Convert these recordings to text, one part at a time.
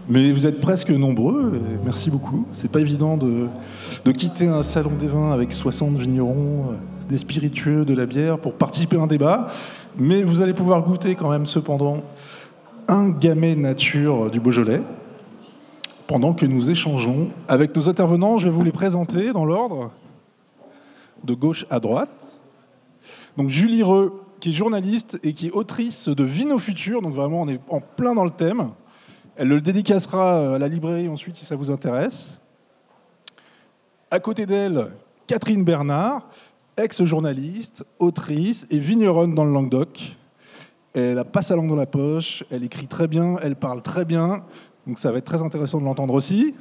Mais vous êtes presque nombreux, et merci beaucoup. C'est pas évident de quitter un salon des vins avec 60 vignerons, des spiritueux, de la bière, pour participer à un débat. Mais vous allez pouvoir goûter quand même, cependant, un Gamay Nature du Beaujolais, pendant que nous échangeons avec nos intervenants. Je vais vous les présenter dans l'ordre, de gauche à droite. Donc Julie Reux, qui est journaliste et qui est autrice de Vino Futur, donc vraiment on est en plein dans le thème. Elle le dédicacera à la librairie ensuite si ça vous intéresse. À côté d'elle, Catherine Bernard, ex-journaliste, autrice et vigneronne dans le Languedoc. Elle n'a pas sa langue dans la poche, elle écrit très bien, elle parle très bien, donc ça va être très intéressant de l'entendre aussi.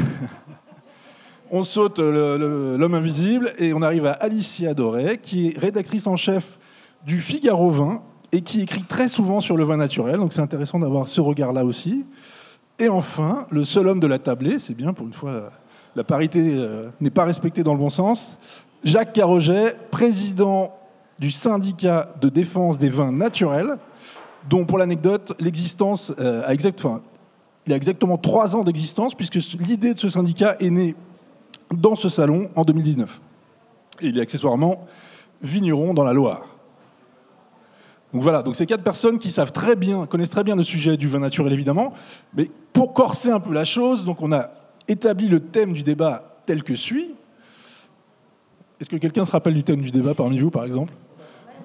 On saute l'homme invisible et on arrive à Alicia Doré, qui est rédactrice en chef du Figaro Vin et qui écrit très souvent sur le vin naturel, donc c'est intéressant d'avoir ce regard-là aussi. Et enfin, le seul homme de la tablée, c'est bien, pour une fois, la parité n'est pas respectée dans le bon sens, Jacques Carroget, président du syndicat de défense des vins naturels, dont, pour l'anecdote, l'existence il a exactement 3 ans d'existence, puisque l'idée de ce syndicat est née dans ce salon en 2019. Et il est accessoirement vigneron dans la Loire. Donc voilà, donc ces 4 personnes qui connaissent très bien le sujet du vin naturel évidemment, mais pour corser un peu la chose, donc on a établi le thème du débat tel que suit. Est-ce que quelqu'un se rappelle du thème du débat parmi vous, par exemple ? Ouais ?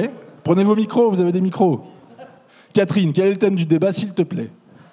Prenez vos micros, vous avez des micros. Catherine, quel est le thème du débat, s'il te plaît ?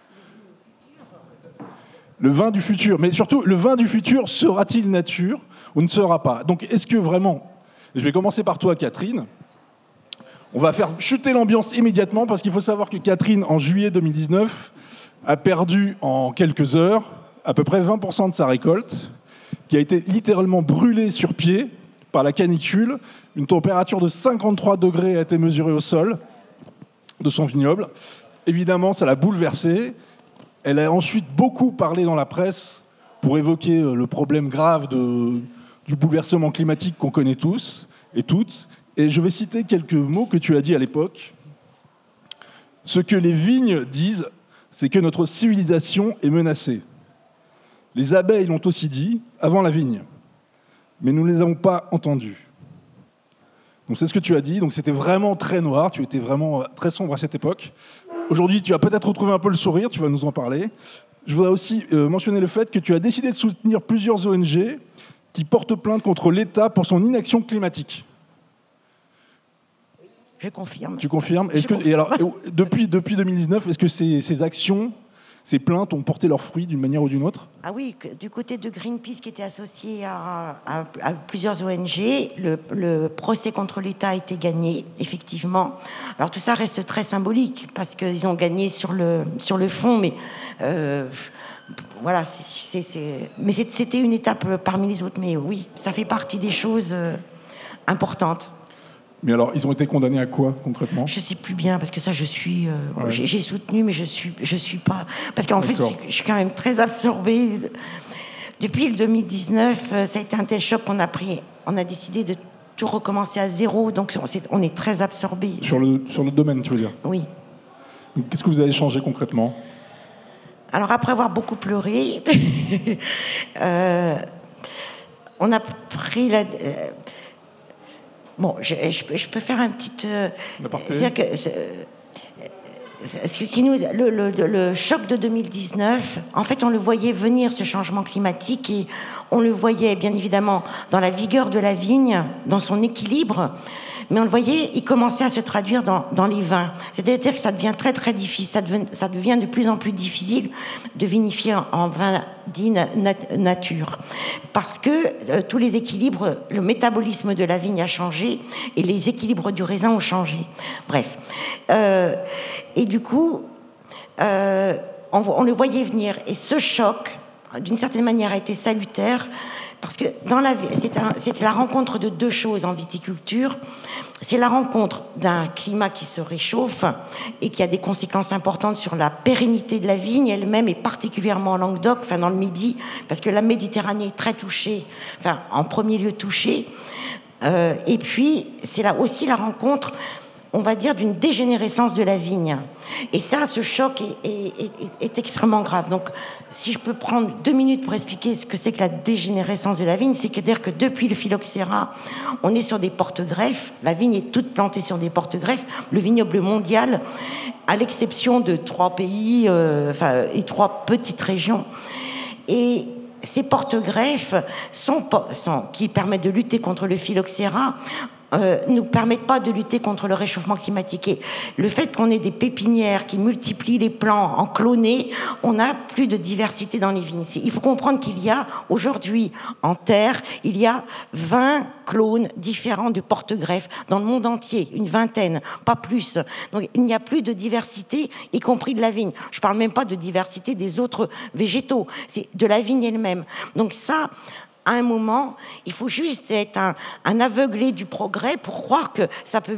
Le vin du futur. Mais surtout, le vin du futur sera-t-il nature ou ne sera pas ? Donc, est-ce que vraiment... Je vais commencer par toi, Catherine. On va faire chuter l'ambiance immédiatement parce qu'il faut savoir que Catherine, en juillet 2019, a perdu en quelques heures à peu près 20% de sa récolte, qui a été littéralement brûlée sur pied par la canicule. Une température de 53 degrés a été mesurée au sol de son vignoble. Évidemment, ça l'a bouleversée. Elle a ensuite beaucoup parlé dans la presse pour évoquer le problème grave du bouleversement climatique qu'on connaît tous et toutes. Et je vais citer quelques mots que tu as dit à l'époque. Ce que les vignes disent, c'est que notre civilisation est menacée. Les abeilles l'ont aussi dit avant la vigne, mais nous ne les avons pas entendues. Donc c'est ce que tu as dit, donc c'était vraiment très noir, tu étais vraiment très sombre à cette époque. Aujourd'hui, tu vas peut-être retrouver un peu le sourire, tu vas nous en parler. Je voudrais aussi mentionner le fait que tu as décidé de soutenir plusieurs ONG qui portent plainte contre l'État pour son inaction climatique. Je confirme. Tu confirmes ? Et alors, depuis 2019, est-ce que ces actions, ces plaintes ont porté leurs fruits d'une manière ou d'une autre ? Ah oui, du côté de Greenpeace, qui était associé à plusieurs ONG, le procès contre l'État a été gagné, effectivement. Alors tout ça reste très symbolique, parce qu'ils ont gagné sur le fond, mais voilà, mais c'était une étape parmi les autres. Mais oui, ça fait partie des choses importantes. Mais alors, ils ont été condamnés à quoi, concrètement ? Je sais plus bien, parce que ça, je suis... J'ai soutenu, mais je suis pas... Parce qu'en fait, je suis quand même très absorbée. Depuis le 2019, ça a été un tel choc qu'on a décidé de tout recommencer à zéro, donc on est très absorbés. Sur le domaine, tu veux dire ? Oui. Donc, qu'est-ce que vous avez changé concrètement ? Alors, après avoir beaucoup pleuré, on a pris la... Bon, je peux faire un petit... C'est-à-dire que le choc de 2019, en fait, on le voyait venir, ce changement climatique, et on le voyait, bien évidemment, dans la vigueur de la vigne, dans son équilibre, mais on le voyait, il commençait à se traduire dans les vins. C'est-à-dire que ça devient très, très difficile, ça devient de plus en plus difficile de vinifier en vin dit nature. Parce que tous les équilibres, le métabolisme de la vigne a changé et les équilibres du raisin ont changé. Bref. Et du coup, on le voyait venir. Et ce choc, d'une certaine manière, a été salutaire. Parce que c'était la rencontre de 2 choses en viticulture. C'est la rencontre d'un climat qui se réchauffe et qui a des conséquences importantes sur la pérennité de la vigne elle-même, et particulièrement en Languedoc, enfin dans le Midi, parce que la Méditerranée est très touchée, en premier lieu touchée. Et puis, c'est là aussi la rencontre on va dire, d'une dégénérescence de la vigne. Et ça, ce choc est extrêmement grave. Donc, si je peux prendre 2 minutes pour expliquer ce que c'est que la dégénérescence de la vigne, c'est-à-dire que depuis le phylloxéra, on est sur des porte-greffes. La vigne est toute plantée sur des porte-greffes. Le vignoble mondial, à l'exception de 3 pays, et 3 petites régions. Et ces porte-greffes qui permettent de lutter contre le phylloxéra, ne nous permettent pas de lutter contre le réchauffement climatique. Et le fait qu'on ait des pépinières qui multiplient les plants en clonés, on n'a plus de diversité dans les vignes. Il faut comprendre qu'il y a aujourd'hui en terre, il y a 20 clones différents de porte-greffes dans le monde entier, une vingtaine, pas plus. Donc il n'y a plus de diversité, y compris de la vigne. Je ne parle même pas de diversité des autres végétaux, c'est de la vigne elle-même. Donc ça, à un moment, il faut juste être un aveuglé du progrès pour croire que ça peut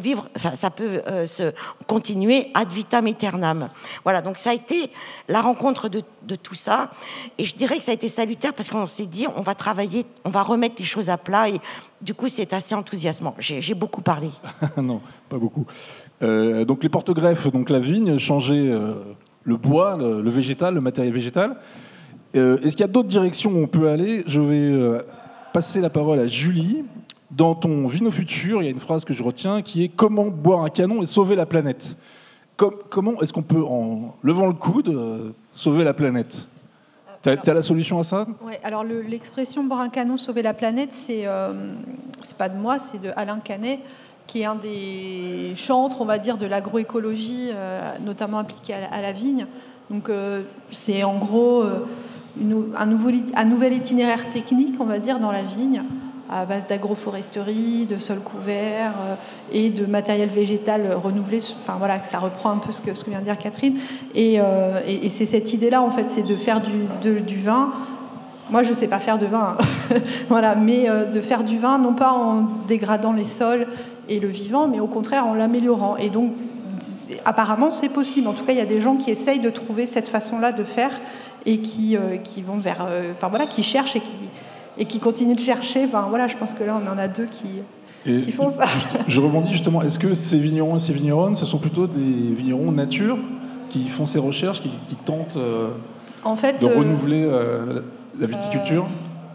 se continuer ad vitam aeternam. Voilà, donc ça a été la rencontre de tout ça, et je dirais que ça a été salutaire parce qu'on s'est dit on va travailler, on va remettre les choses à plat, et du coup c'est assez enthousiasmant. J'ai beaucoup parlé. Non, pas beaucoup. Donc les porte-greffes, donc la vigne, changer le bois, le végétal, le matériel végétal. Est-ce qu'il y a d'autres directions où on peut aller ? Je vais passer la parole à Julie. Dans ton Vino Futur, il y a une phrase que je retiens qui est « Comment boire un canon et sauver la planète ?» Comment est-ce qu'on peut, en levant le coude, sauver la planète ? T'as la solution à ça ? Ouais, alors l'expression « boire un canon, sauver la planète », c'est pas de moi, c'est de Alain Canet, qui est un des chantres, on va dire, de l'agroécologie, notamment appliquée à la vigne. Donc c'est en gros un nouvel itinéraire technique, on va dire, dans la vigne, à base d'agroforesterie, de sols couverts et de matériel végétal renouvelé. Enfin voilà, ça reprend un peu ce que vient de dire Catherine. Et c'est cette idée-là, en fait, c'est de faire du vin. Moi, je ne sais pas faire de vin, hein. Voilà, mais de faire du vin, non pas en dégradant les sols et le vivant, mais au contraire en l'améliorant. Et donc, apparemment, c'est possible. En tout cas, il y a des gens qui essayent de trouver cette façon-là de faire et qui vont vers... qui cherchent et qui continuent de chercher. Enfin, voilà, je pense que là, on en a 2 qui font ça. Je rebondis justement. Est-ce que ces vignerons et ces vigneronnes, ce sont plutôt des vignerons nature qui font ces recherches, qui tentent en fait, de renouveler la viticulture ?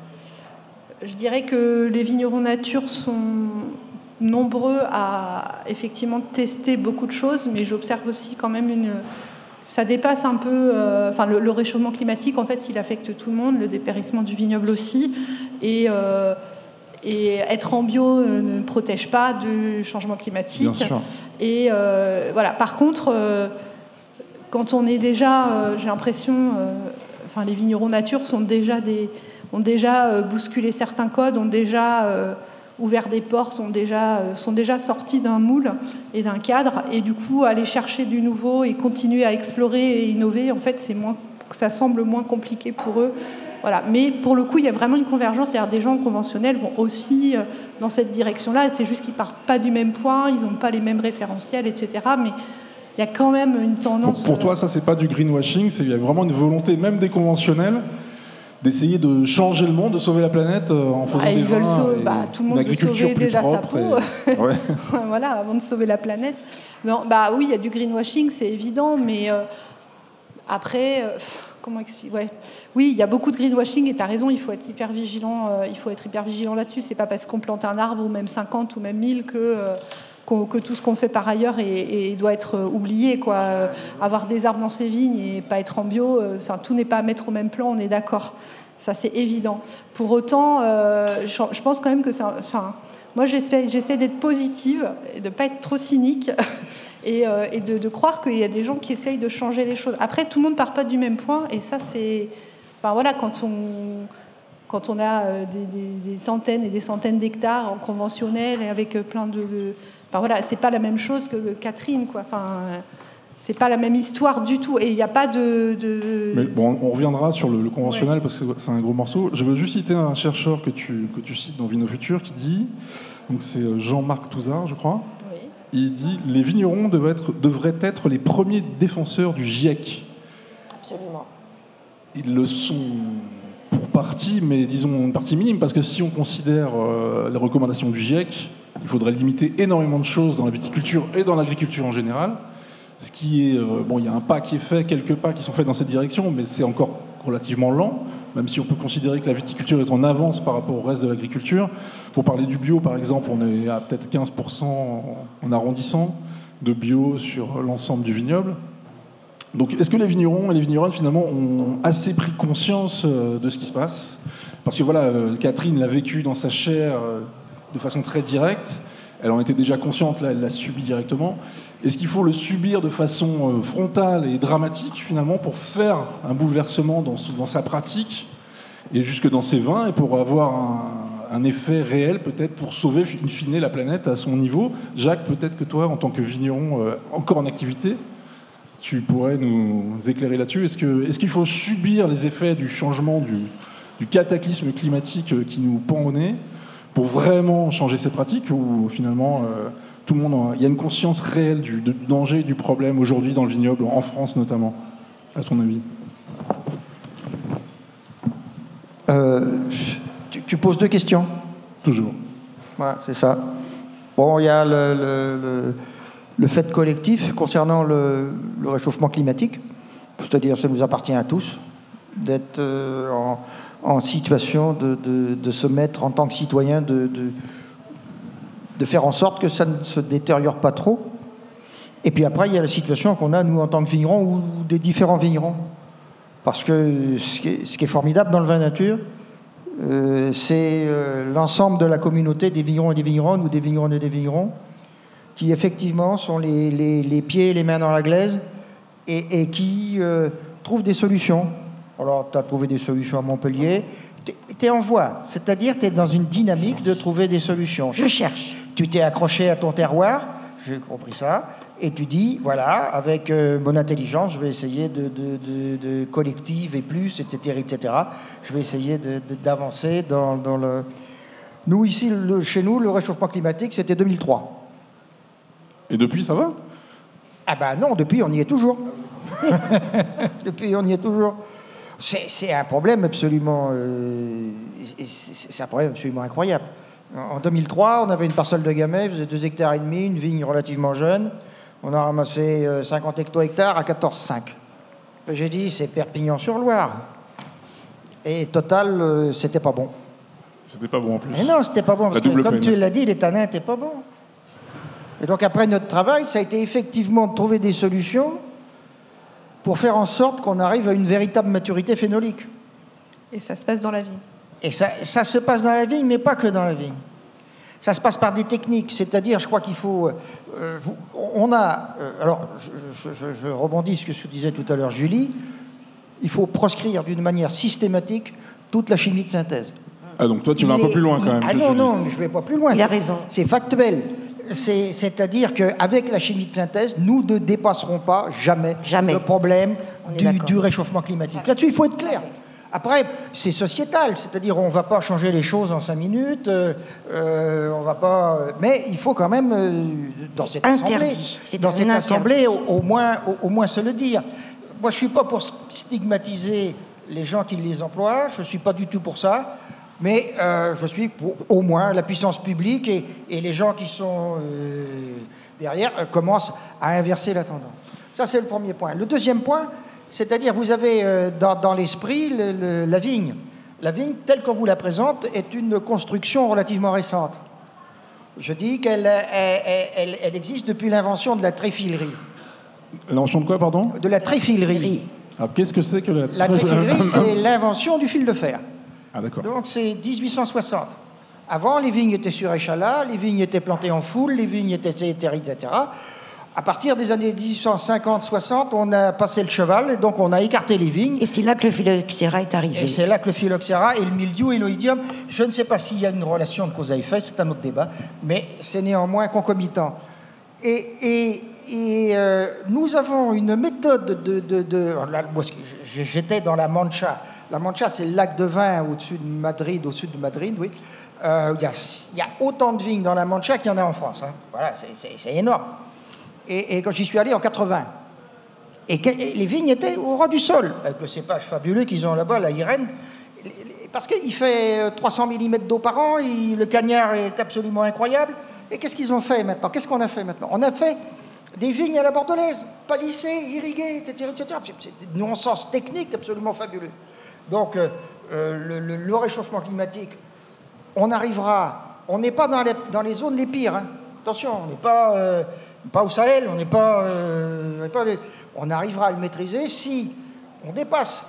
Je dirais que les vignerons nature sont nombreux à effectivement tester beaucoup de choses, mais j'observe aussi quand même ça dépasse un peu... le réchauffement climatique, en fait, il affecte tout le monde, le dépérissement du vignoble aussi, et être en bio ne protège pas du changement climatique. Bien sûr. Et voilà. Par contre, quand on est déjà... j'ai l'impression... les vignerons nature ont déjà bousculé certains codes, ont déjà... ouvert des portes, sont déjà sortis d'un moule et d'un cadre, et du coup aller chercher du nouveau et continuer à explorer et innover, en fait ça semble moins compliqué pour eux. Voilà. Mais pour le coup il y a vraiment une convergence, c'est-à-dire des gens conventionnels vont aussi dans cette direction-là, et c'est juste qu'ils partent pas du même point, ils n'ont pas les mêmes référentiels, etc. Mais il y a quand même une tendance... Pour toi, ça c'est pas du greenwashing, il y a vraiment une volonté, même des conventionnels, d'essayer de changer le monde, de sauver la planète en faisant des vins, tout le monde veut sauver déjà sa peau, Ouais. voilà, avant de sauver la planète. Non, oui, il y a du greenwashing, c'est évident, mais après, comment expliquer ? Ouais. Oui, il y a beaucoup de greenwashing, et tu as raison, il faut être hyper vigilant là-dessus. C'est pas parce qu'on plante un arbre, ou même 50 ou même 1000 que tout ce qu'on fait par ailleurs et doit être oublié, quoi. Avoir des arbres dans ses vignes et pas être en bio, tout n'est pas à mettre au même plan, on est d'accord. Ça, c'est évident. Pour autant, je pense quand même que moi, j'essaie d'être positive et de ne pas être trop cynique et de croire qu'il y a des gens qui essayent de changer les choses. Après, tout le monde ne part pas du même point, et ça, c'est... voilà, quand on a des centaines et des centaines d'hectares en conventionnel et avec plein de... c'est pas la même chose que Catherine, quoi. C'est pas la même histoire du tout, et il n'y a pas de... Mais bon, on reviendra sur le conventionnel, ouais, parce que c'est un gros morceau. Je veux juste citer un chercheur que tu cites dans Vino Futur qui dit, donc c'est Jean-Marc Touzard, je crois, oui. Il dit « Les vignerons devraient être les premiers défenseurs du GIEC ». Absolument. Ils le sont... pour partie, mais disons une partie minime, parce que si on considère les recommandations du GIEC, Il faudrait limiter énormément de choses dans la viticulture et dans l'agriculture en général. Ce qui est, il y a un pas qui est fait, quelques pas qui sont faits dans cette direction, mais c'est encore relativement lent, même si on peut considérer que la viticulture est en avance par rapport au reste de l'agriculture. Pour parler du bio, par exemple, on est à peut-être 15% en arrondissant de bio sur l'ensemble du vignoble. Donc, est-ce que les vignerons et les vigneronnes, finalement, ont assez pris conscience de ce qui se passe ? Parce que voilà, Catherine l'a vécu dans sa chair de façon très directe. Elle en était déjà consciente, là, elle l'a subi directement. Est-ce qu'il faut le subir de façon frontale et dramatique, finalement, pour faire un bouleversement dans sa pratique et jusque dans ses vins, et pour avoir un effet réel, peut-être, pour sauver, in fine, la planète à son niveau ? Jacques, peut-être que toi, en tant que vigneron encore en activité, tu pourrais nous éclairer là-dessus. Est-ce qu'il faut subir les effets du changement, du cataclysme climatique qui nous pend au nez pour vraiment changer ses pratiques, ou finalement tout le monde il y a une conscience réelle du danger et du problème aujourd'hui dans le vignoble, en France notamment, à ton avis ? Tu poses deux questions. Toujours. Ouais, c'est ça. Bon, il y a le fait collectif concernant le réchauffement climatique, c'est-à-dire ça nous appartient à tous d'être en situation de se mettre en tant que citoyen, de faire en sorte que ça ne se détériore pas trop. Et puis après, il y a la situation qu'on a, nous, en tant que vignerons, ou des différents vignerons. Parce que ce qui est formidable dans le vin nature, c'est l'ensemble de la communauté des vignerons et des vigneronnes, ou des vigneronnes et des vignerons, qui effectivement sont les pieds et les mains dans la glaise, et qui trouvent des solutions. Alors, tu as trouvé des solutions à Montpellier. Tu es en voie, c'est-à-dire tu es dans une dynamique de trouver des solutions. Je cherche. Tu t'es accroché à ton terroir, j'ai compris ça, et tu dis, voilà, avec mon intelligence, je vais essayer de collective et plus, etc., etc. Je vais essayer d'avancer dans le... Nous, ici, chez nous, le réchauffement climatique, c'était 2003. Et depuis, ça va ? Ah ben non, depuis, on y est toujours. Depuis, on y est toujours. C'est un problème absolument... c'est un problème absolument incroyable. En 2003, on avait une parcelle de Gamay, faisait 2,5 hectares, une vigne relativement jeune. On a ramassé 50 hecto-hectares à 14,5. J'ai dit, c'est Perpignan-sur-Loire. Et total, c'était pas bon. C'était pas bon en plus. Mais non, c'était pas bon, parce que comme tu l'as dit, les tanins n'étaient pas bons. Et donc après notre travail, ça a été effectivement de trouver des solutions pour faire en sorte qu'on arrive à une véritable maturité phénolique. Et ça se passe dans la vigne. Et ça se passe dans la vigne, mais pas que dans la vigne. Ça se passe par des techniques, c'est-à-dire, je crois qu'il faut... alors, je rebondis sur ce que disait tout à l'heure Julie, il faut proscrire d'une manière systématique toute la chimie de synthèse. Ah, donc toi, tu vas un peu plus loin quand même. Ah non, non, je ne vais pas plus loin. Il a raison. C'est factuel. C'est-à-dire qu'avec la chimie de synthèse, nous ne dépasserons pas jamais le problème du réchauffement climatique. Là-dessus, il faut être clair. Après, c'est sociétal, c'est-à-dire on ne va pas changer les choses en 5 minutes, on va pas... Mais il faut quand même, dans cette assemblée, au moins se le dire. Moi, je ne suis pas pour stigmatiser les gens qui les emploient, je ne suis pas du tout pour ça. Mais je suis pour, au moins, la puissance publique et les gens qui sont derrière commencent à inverser la tendance. Ça, c'est le premier point. Le deuxième point, c'est-à-dire, vous avez dans l'esprit la vigne. La vigne, telle qu'on vous la présente, est une construction relativement récente. Je dis qu'elle elle existe depuis l'invention de la tréfilerie. L'invention de quoi, pardon ? De la tréfilerie. Alors, qu'est-ce que c'est que la tréfilerie, c'est l'invention du fil de fer. Ah, d'accord. Donc c'est 1860. Avant, les vignes étaient sur échalas, les vignes étaient plantées en foule, les vignes étaient etc. À partir des années 1850-60, on a passé le cheval, et donc on a écarté les vignes. Et c'est là que le phylloxéra est arrivé. Et c'est là que le phylloxéra et le mildiou et l'oïdium, je ne sais pas s'il y a une relation de cause à effet, c'est un autre débat, mais c'est néanmoins concomitant. Et nous avons une méthode j'étais dans la Mancha. La Mancha, c'est le lac de vin au sud de Madrid, oui. Il y a autant de vignes dans la Mancha qu'il y en a en France. Hein. Voilà, c'est énorme. Et quand j'y suis allé en 80, et les vignes étaient au ras du sol, avec le cépage fabuleux qu'ils ont là-bas, la Irène. parce qu'il fait 300 mm d'eau par an, le cagnard est absolument incroyable. Et qu'est-ce qu'ils ont fait maintenant? Qu'est-ce qu'on a fait maintenant? On a fait des vignes à la bordelaise, palissées, irriguées, etc. C'est une nuance technique absolument fabuleuse. Donc, le réchauffement climatique, on n'est pas dans les zones les pires. Hein. Attention, on n'est pas au Sahel, on arrivera à le maîtriser si on dépasse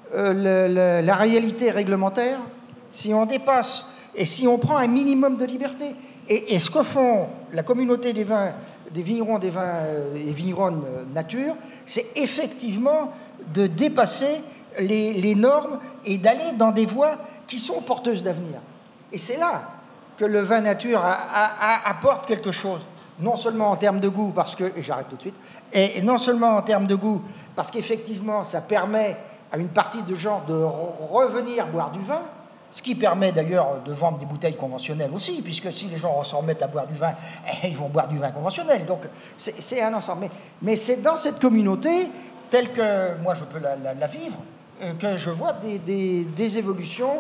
la réalité réglementaire, si on dépasse et si on prend un minimum de liberté. Et ce que font la communauté des vignerons et vigneronnes nature, c'est effectivement de dépasser les normes et d'aller dans des voies qui sont porteuses d'avenir. Et c'est là que le vin nature apporte quelque chose, non seulement en termes de goût, et j'arrête tout de suite, et non seulement en termes de goût, parce qu'effectivement, ça permet à une partie de gens de revenir boire du vin, ce qui permet d'ailleurs de vendre des bouteilles conventionnelles aussi, puisque si les gens s'en remettent à boire du vin, ils vont boire du vin conventionnel. Donc c'est un ensemble. Mais c'est dans cette communauté, telle que moi je peux la vivre, que je vois des évolutions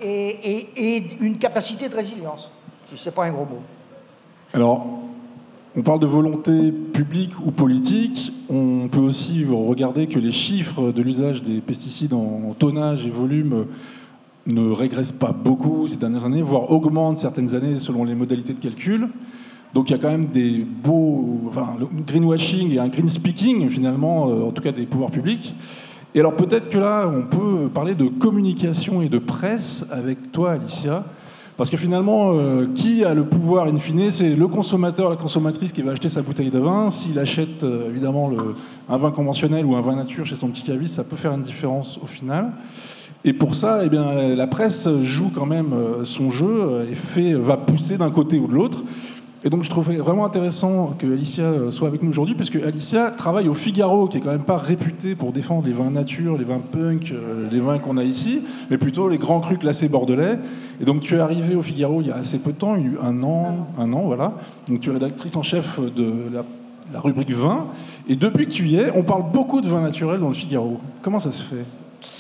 et une capacité de résilience. C'est pas un gros mot. Alors, on parle de volonté publique ou politique. On peut aussi regarder que les chiffres de l'usage des pesticides en tonnage et volume ne régressent pas beaucoup ces dernières années, voire augmentent certaines années selon les modalités de calcul. Donc il y a quand même des le greenwashing et un green speaking finalement, en tout cas des pouvoirs publics. Et alors peut-être que là, on peut parler de communication et de presse avec toi, Alicia, parce que finalement, qui a le pouvoir in fine? C'est le consommateur, la consommatrice qui va acheter sa bouteille de vin. S'il achète évidemment un vin conventionnel ou un vin nature chez son petit caviste, ça peut faire une différence au final. Et pour ça, eh bien, la presse joue quand même son jeu et va pousser d'un côté ou de l'autre. Et donc je trouvais vraiment intéressant que Alicia soit avec nous aujourd'hui, parce que Alicia travaille au Figaro, qui est quand même pas réputé pour défendre les vins nature, les vins punk, les vins qu'on a ici, mais plutôt les grands crus classés bordelais. Et donc tu es arrivée au Figaro il y a assez peu de temps, il y a eu un an, voilà. Donc tu es rédactrice en chef de la rubrique vin. Et depuis que tu y es, on parle beaucoup de vin naturel dans le Figaro. Comment ça se fait ?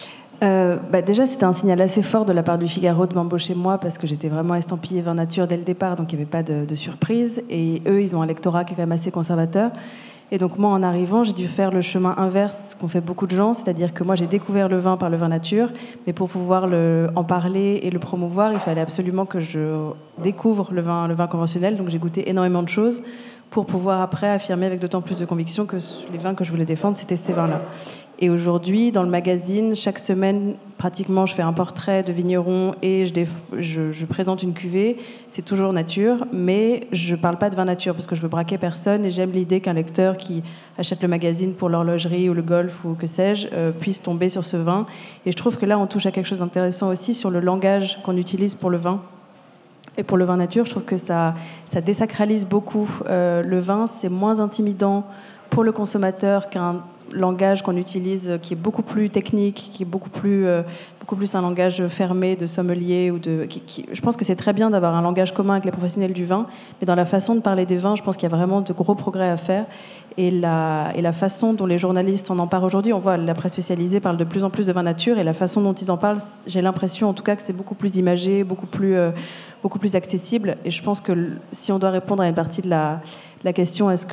Déjà, c'était un signal assez fort de la part du Figaro de m'embaucher moi, parce que j'étais vraiment estampillée vin nature dès le départ, donc il n'y avait pas de surprise. Et eux, ils ont un lectorat qui est quand même assez conservateur. Et donc moi, en arrivant, j'ai dû faire le chemin inverse qu'ont fait beaucoup de gens, c'est-à-dire que moi, j'ai découvert le vin par le vin nature, mais pour pouvoir en parler et le promouvoir, il fallait absolument que je découvre le vin conventionnel. Donc j'ai goûté énormément de choses pour pouvoir après affirmer avec d'autant plus de conviction que les vins que je voulais défendre, c'était ces vins-là. Et aujourd'hui, dans le magazine, chaque semaine, pratiquement, je fais un portrait de vigneron et je présente une cuvée. C'est toujours nature, mais je ne parle pas de vin nature parce que je veux braquer personne et j'aime l'idée qu'un lecteur qui achète le magazine pour l'horlogerie ou le golf ou que sais-je puisse tomber sur ce vin. Et je trouve que là, on touche à quelque chose d'intéressant aussi sur le langage qu'on utilise pour le vin. Et pour le vin nature, je trouve que ça désacralise beaucoup. Le vin, c'est moins intimidant pour le consommateur qu'un langage qu'on utilise qui est beaucoup plus technique, qui est beaucoup plus un langage fermé de sommelier je pense que c'est très bien d'avoir un langage commun avec les professionnels du vin, mais dans la façon de parler des vins, je pense qu'il y a vraiment de gros progrès à faire. Et la façon dont les journalistes en parlent aujourd'hui, on voit la presse spécialisée parle de plus en plus de vin nature, et la façon dont ils en parlent, j'ai l'impression en tout cas que c'est beaucoup plus imagé, beaucoup plus accessible. Et je pense que si on doit répondre à une partie de la question, est-ce que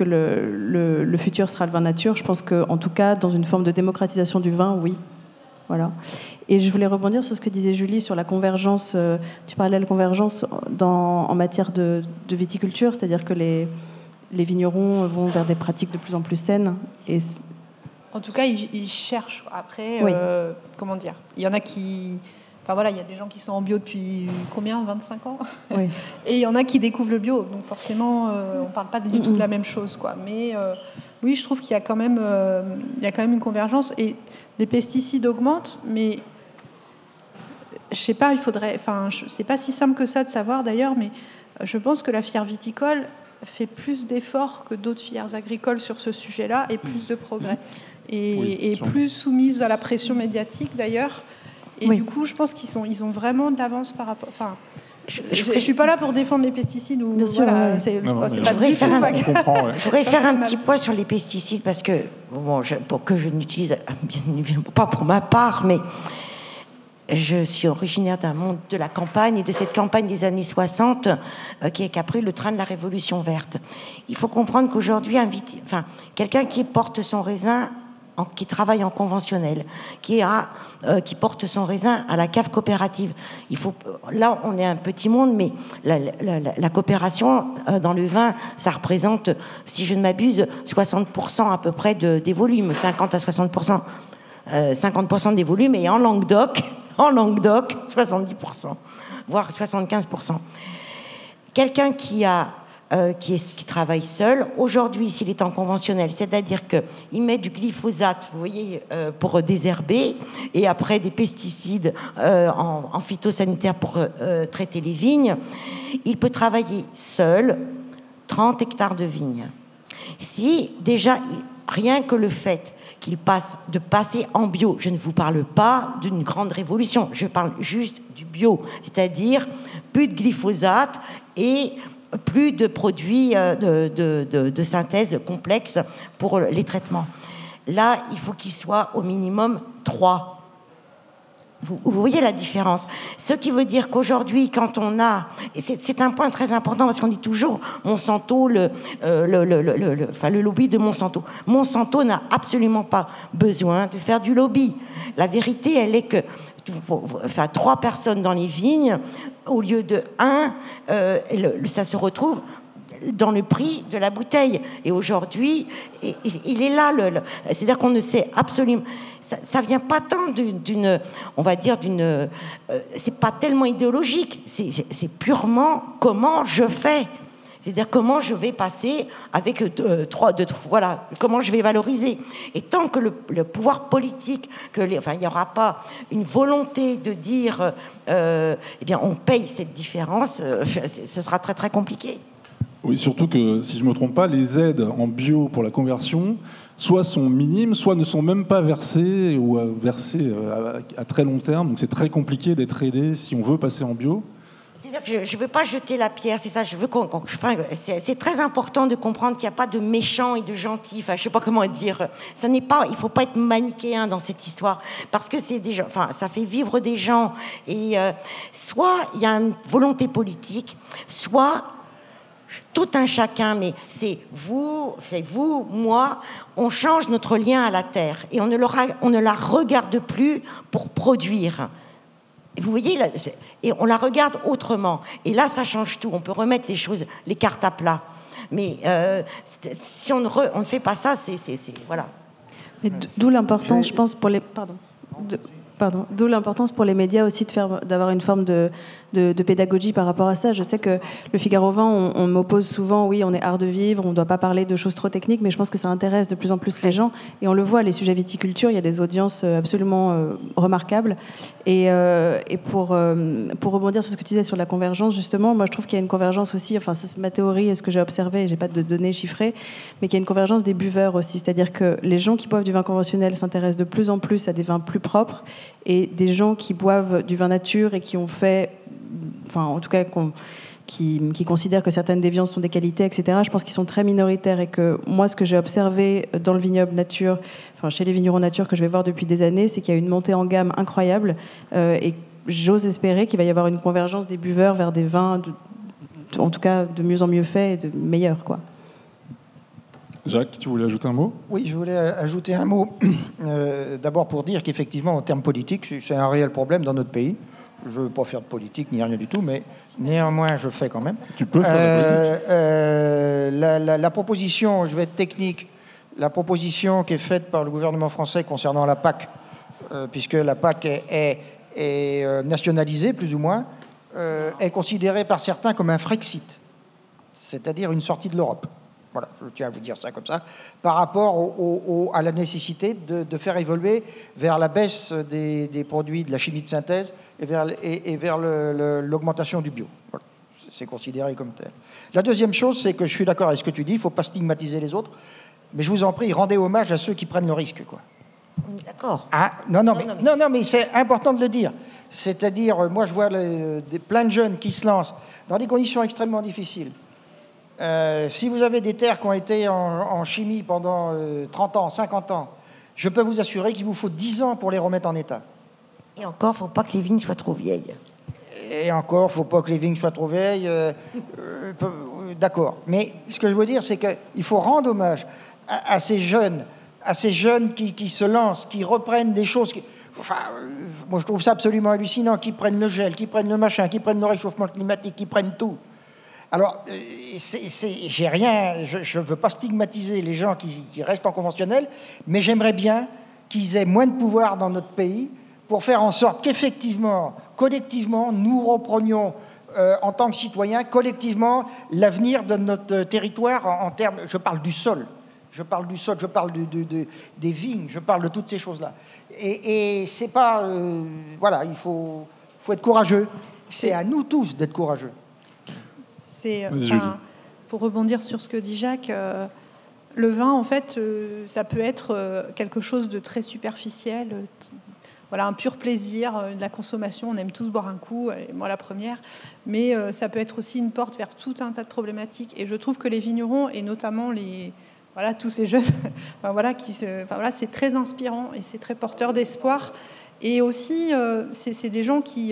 le futur sera le vin nature, je pense qu'en tout cas, dans une forme de démocratisation du vin, oui. Voilà. Et je voulais rebondir sur ce que disait Julie sur la convergence. Tu parlais de la convergence en matière de viticulture, c'est-à-dire que les vignerons vont vers des pratiques de plus en plus saines. Et en tout cas, ils cherchent. Après, oui. Comment dire ? Il y en a qui... Enfin voilà, il y a des gens qui sont en bio depuis combien ? 25 ans ? Oui. Et il y en a qui découvrent le bio. Donc forcément, on ne parle pas du tout de la même chose, quoi. Mais oui, je trouve qu'il y a quand même une convergence. Et les pesticides augmentent, mais je sais pas, c'est pas si simple que ça de savoir d'ailleurs, mais je pense que la filière viticole fait plus d'efforts que d'autres filières agricoles sur ce sujet-là et plus de progrès. Et plus soumise à la pression médiatique d'ailleurs. Et du coup, je pense qu'ils ont vraiment de l'avance par rapport... Enfin, je suis pas là pour défendre les pesticides. Ou, bien sûr, voilà, c'est pas je voudrais faire un petit point sur les pesticides parce que, pour que je n'utilise, bien évidemment pas pour ma part, mais je suis originaire d'un monde de la campagne et de cette campagne des années 60 qui a pris le train de la Révolution verte. Il faut comprendre qu'aujourd'hui, quelqu'un qui porte son raisin, qui travaille en conventionnel, qui porte son raisin à la cave coopérative. Là, on est un petit monde, mais la coopération dans le vin, ça représente, si je ne m'abuse, 60% à peu près des volumes, 50 à 60%. 50% des volumes, et en Languedoc, 70%, voire 75%. Quelqu'un qui travaille seul, aujourd'hui, s'il est en conventionnel, c'est-à-dire qu'il met du glyphosate, vous voyez, pour désherber, et après des pesticides en phytosanitaire pour traiter les vignes, il peut travailler seul 30 hectares de vignes. Si, déjà, rien que le fait qu'il de passer en bio. Je ne vous parle pas d'une grande révolution, je parle juste du bio, c'est-à-dire plus de glyphosate et plus de produits de synthèse complexes pour les traitements. Là, il faut qu'il soit au minimum 3. Vous voyez la différence. Ce qui veut dire qu'aujourd'hui, quand on a... Et c'est un point très important parce qu'on dit toujours Monsanto, le lobby de Monsanto. Monsanto n'a absolument pas besoin de faire du lobby. La vérité, elle est que 3 personnes dans les vignes, au lieu de 1, ça se retrouve dans le prix de la bouteille. Et aujourd'hui, il est là. C'est-à-dire qu'on ne sait absolument... Ça vient pas tant d'une... On va dire d'une... c'est pas tellement idéologique. C'est purement comment je fais. C'est-à-dire comment je vais passer avec voilà, comment je vais valoriser. Et tant que le pouvoir politique, il n'y aura pas une volonté de dire eh bien, on paye cette différence, ce sera très très compliqué. Oui, surtout que, si je ne me trompe pas, les aides en bio pour la conversion, soit sont minimes, soit ne sont même pas versées, ou versées à très long terme. Donc c'est très compliqué d'être aidé si on veut passer en bio. C'est-à-dire que je ne veux pas jeter la pierre, c'est ça. Je veux c'est très important de comprendre qu'il n'y a pas de méchants et de gentils. Je ne sais pas comment dire. Il ne faut pas être manichéen dans cette histoire, parce que c'est des gens, ça fait vivre des gens. Et soit il y a une volonté politique, soit tout un chacun, mais c'est vous, moi, on change notre lien à la terre et on ne la regarde plus pour produire. Vous voyez, et on la regarde autrement. Et là, ça change tout. On peut remettre les cartes à plat. Mais si on ne fait pas ça, c'est voilà. Mais d'où l'importance, je pense, pour les... D'où l'importance pour les médias aussi d'avoir une forme de pédagogie par rapport à ça. Je sais que le Figaro Vin, on m'oppose souvent, oui, on est art de vivre, on ne doit pas parler de choses trop techniques, mais je pense que ça intéresse de plus en plus les gens. Et on le voit, les sujets viticulture, il y a des audiences absolument remarquables. Et pour rebondir sur ce que tu disais sur la convergence, justement, moi je trouve qu'il y a une convergence aussi, enfin c'est ma théorie et ce que j'ai observé, je n'ai pas de données chiffrées, mais qu'il y a une convergence des buveurs aussi. C'est-à-dire que les gens qui boivent du vin conventionnel s'intéressent de plus en plus à des vins plus propres, et des gens qui boivent du vin nature et qui ont fait, enfin en tout cas qui considèrent que certaines déviances sont des qualités, etc., je pense qu'ils sont très minoritaires, et que moi ce que j'ai observé dans le vignoble nature, enfin chez les vignerons nature que je vais voir depuis des années, c'est qu'il y a une montée en gamme incroyable, et j'ose espérer qu'il va y avoir une convergence des buveurs vers des vins en tout cas de mieux en mieux faits et de meilleurs, quoi. Jacques, tu voulais ajouter un mot ? Oui, je voulais ajouter un mot. D'abord pour dire qu'effectivement, en termes politiques, c'est un réel problème dans notre pays. Je ne veux pas faire de politique ni rien du tout, mais néanmoins, je fais quand même. Tu peux faire de la politique. La proposition, je vais être technique, la proposition qui est faite par le gouvernement français concernant la PAC, puisque la PAC est nationalisée, plus ou moins, est considérée par certains comme un Frexit, c'est-à-dire une sortie de l'Europe. Voilà, je tiens à vous dire ça comme ça, par rapport à la nécessité de faire évoluer vers la baisse des produits de la chimie de synthèse et vers l'augmentation du bio. Voilà, c'est considéré comme tel. La deuxième chose, c'est que je suis d'accord avec ce que tu dis, il ne faut pas stigmatiser les autres, mais je vous en prie, rendez hommage à ceux qui prennent le risque, quoi. D'accord. Ah, non, mais c'est important de le dire. C'est-à-dire, moi, je vois plein de jeunes qui se lancent dans des conditions extrêmement difficiles. Si vous avez des terres qui ont été en chimie pendant 30 ans, 50 ans, je peux vous assurer qu'il vous faut 10 ans pour les remettre en état. Et encore, il ne faut pas que les vignes soient trop vieilles. Et encore, il ne faut pas que les vignes soient trop vieilles. D'accord. Mais ce que je veux dire, c'est qu'il faut rendre hommage à ces jeunes qui se lancent, qui reprennent des choses. Moi, je trouve ça absolument hallucinant, qui prennent le gel, qui prennent le machin, qui prennent le réchauffement climatique, qui prennent tout. Alors, j'ai rien, je ne veux pas stigmatiser les gens qui restent en conventionnel, mais j'aimerais bien qu'ils aient moins de pouvoir dans notre pays pour faire en sorte qu'effectivement, collectivement, nous reprenions en tant que citoyens, collectivement, l'avenir de notre territoire en termes... Je parle du sol, je parle des vignes, je parle de toutes ces choses-là. Et c'est pas... voilà, il faut être courageux. C'est à nous tous d'être courageux. Pour rebondir sur ce que dit Jacques, le vin, en fait, ça peut être quelque chose de très superficiel, voilà, un pur plaisir de la consommation. On aime tous boire un coup, et moi la première, mais ça peut être aussi une porte vers tout un tas de problématiques. Et je trouve que les vignerons, et notamment tous ces jeunes, c'est très inspirant et c'est très porteur d'espoir. Et aussi, c'est des gens qui...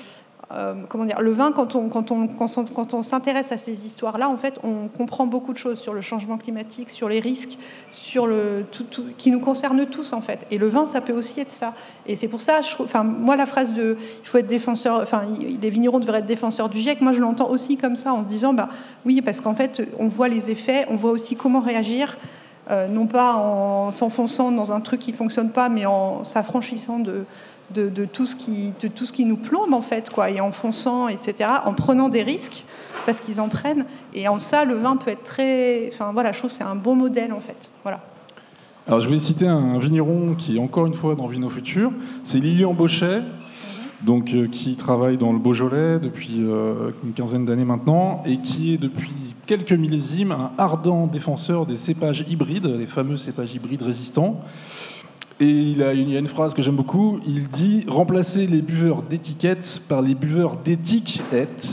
le vin, quand on s'intéresse à ces histoires-là, en fait, on comprend beaucoup de choses sur le changement climatique, sur les risques, sur tout qui nous concerne tous, en fait. Et le vin, ça peut aussi être ça. Et c'est pour ça, moi, la phrase de il faut être défenseur, les vignerons devraient être défenseurs du GIEC, moi, je l'entends aussi comme ça, en se disant, oui, parce qu'en fait, on voit les effets, on voit aussi comment réagir, non pas en s'enfonçant dans un truc qui ne fonctionne pas, mais en s'affranchissant de tout ce qui nous plombe, en fait, quoi, et en fonçant, etc., en prenant des risques, parce qu'ils en prennent. Et en ça, le vin peut être très... je trouve que c'est un bon modèle, en fait. Voilà. Alors, je vais citer un vigneron qui est encore une fois dans Vino Futur. C'est Lilian Bochet, donc, qui travaille dans le Beaujolais depuis une quinzaine d'années maintenant, et qui est depuis quelques millésimes un ardent défenseur des cépages hybrides, les fameux cépages hybrides résistants. Et il y a une phrase que j'aime beaucoup, il dit « Remplacer les buveurs d'étiquettes par les buveurs d'éthiquettes ».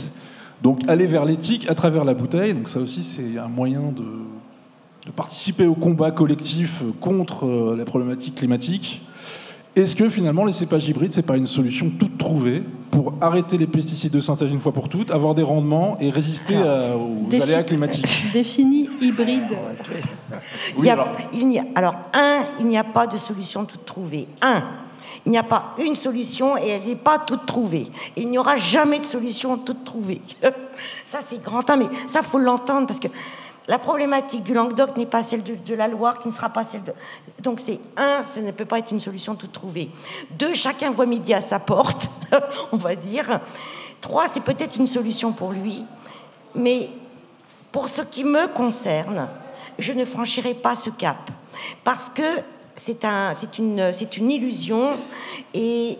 Donc aller vers l'éthique à travers la bouteille. Donc ça aussi, c'est un moyen de participer au combat collectif contre la problématique climatique. Est-ce que finalement, les cépages hybrides, c'est pas une solution toute trouvée pour arrêter les pesticides de synthèse une fois pour toutes, avoir des rendements et résister aux aléas climatiques? Défini hybride. Oui, il n'y a pas de solution toute trouvée. Il n'y a pas une solution et elle n'est pas toute trouvée. Il n'y aura jamais de solution toute trouvée. Ça, c'est grand. Mais ça, il faut l'entendre parce que la problématique du Languedoc n'est pas celle de la Loire, qui ne sera pas celle de... Donc, ça ne peut pas être une solution toute trouvée. 2, chacun voit midi à sa porte, on va dire. 3, c'est peut-être une solution pour lui. Mais pour ce qui me concerne, je ne franchirai pas ce cap. Parce que c'est une illusion et...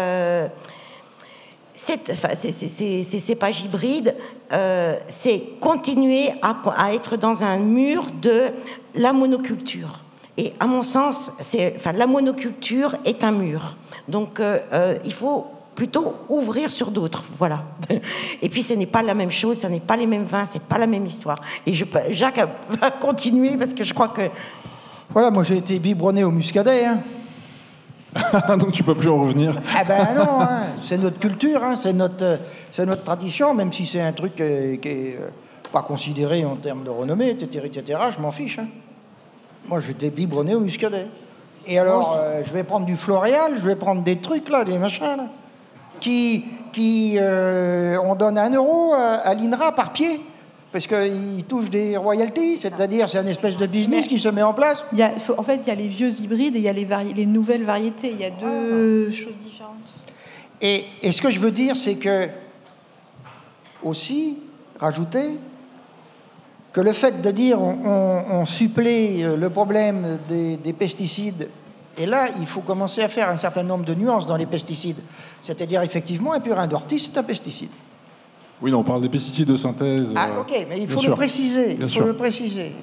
ces cépages hybrides, c'est continuer à être dans un mur de la monoculture. Et à mon sens, la monoculture est un mur. Donc, il faut plutôt ouvrir sur d'autres. Voilà. Et puis, ce n'est pas la même chose, ce n'est pas les mêmes vins, ce n'est pas la même histoire. Et Jacques va continuer parce que je crois que... Voilà, moi j'ai été biberonné au muscadet, hein. Donc tu peux plus en revenir. Ah ben non, hein. C'est notre culture, hein. C'est notre tradition, même si c'est un truc qui est pas considéré en termes de renommée, etc., je m'en fiche. Hein. Moi, j'étais biberonné au muscadet. Et alors, je vais prendre du Floréal, je vais prendre des trucs là, des machins là, qui on donne 1 euro à l'INRA par pied. Parce qu'ils touchent des royalties, c'est-à-dire c'est une espèce de business qui se met en place. En fait, il y a les vieux hybrides et il y a les nouvelles variétés. Il y a 2 choses différentes. Et ce que je veux dire, c'est que, aussi, rajouter que le fait de dire on supplée le problème des pesticides, et là, il faut commencer à faire un certain nombre de nuances dans les pesticides. C'est-à-dire, effectivement, un purin d'ortie, c'est un pesticide. Oui, non, on parle des pesticides de synthèse. Ah, ok, mais il faut le préciser. Il faut le préciser.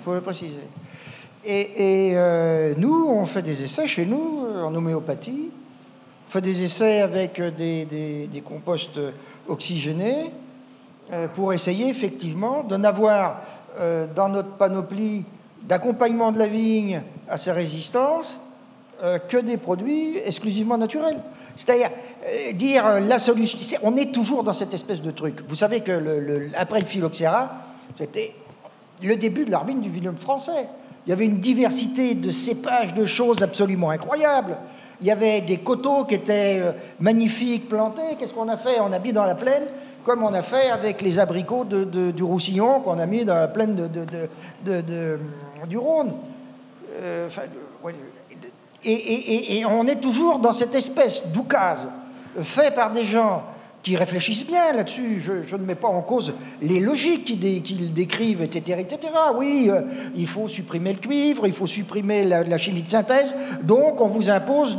Et nous, on fait des essais chez nous, en homéopathie. On fait des essais avec des composts oxygénés pour essayer, effectivement, de n'avoir dans notre panoplie d'accompagnement de la vigne à ses résistances que des produits exclusivement naturels. C'est-à-dire dire la solution... On est toujours dans cette espèce de truc. Vous savez que après le phylloxéra, c'était le début de l'arbine du vignoble français. Il y avait une diversité de cépages, de choses absolument incroyables. Il y avait des coteaux qui étaient magnifiques, plantés. Qu'est-ce qu'on a fait? On a mis dans la plaine, comme on a fait avec les abricots du Roussillon, qu'on a mis dans la plaine du Rhône. Et on est toujours dans cette espèce d'oukase fait par des gens qui réfléchissent bien là-dessus. Je ne mets pas en cause les logiques qu'ils décrivent, etc., etc. Oui, il faut supprimer le cuivre, il faut supprimer la chimie de synthèse, donc on vous impose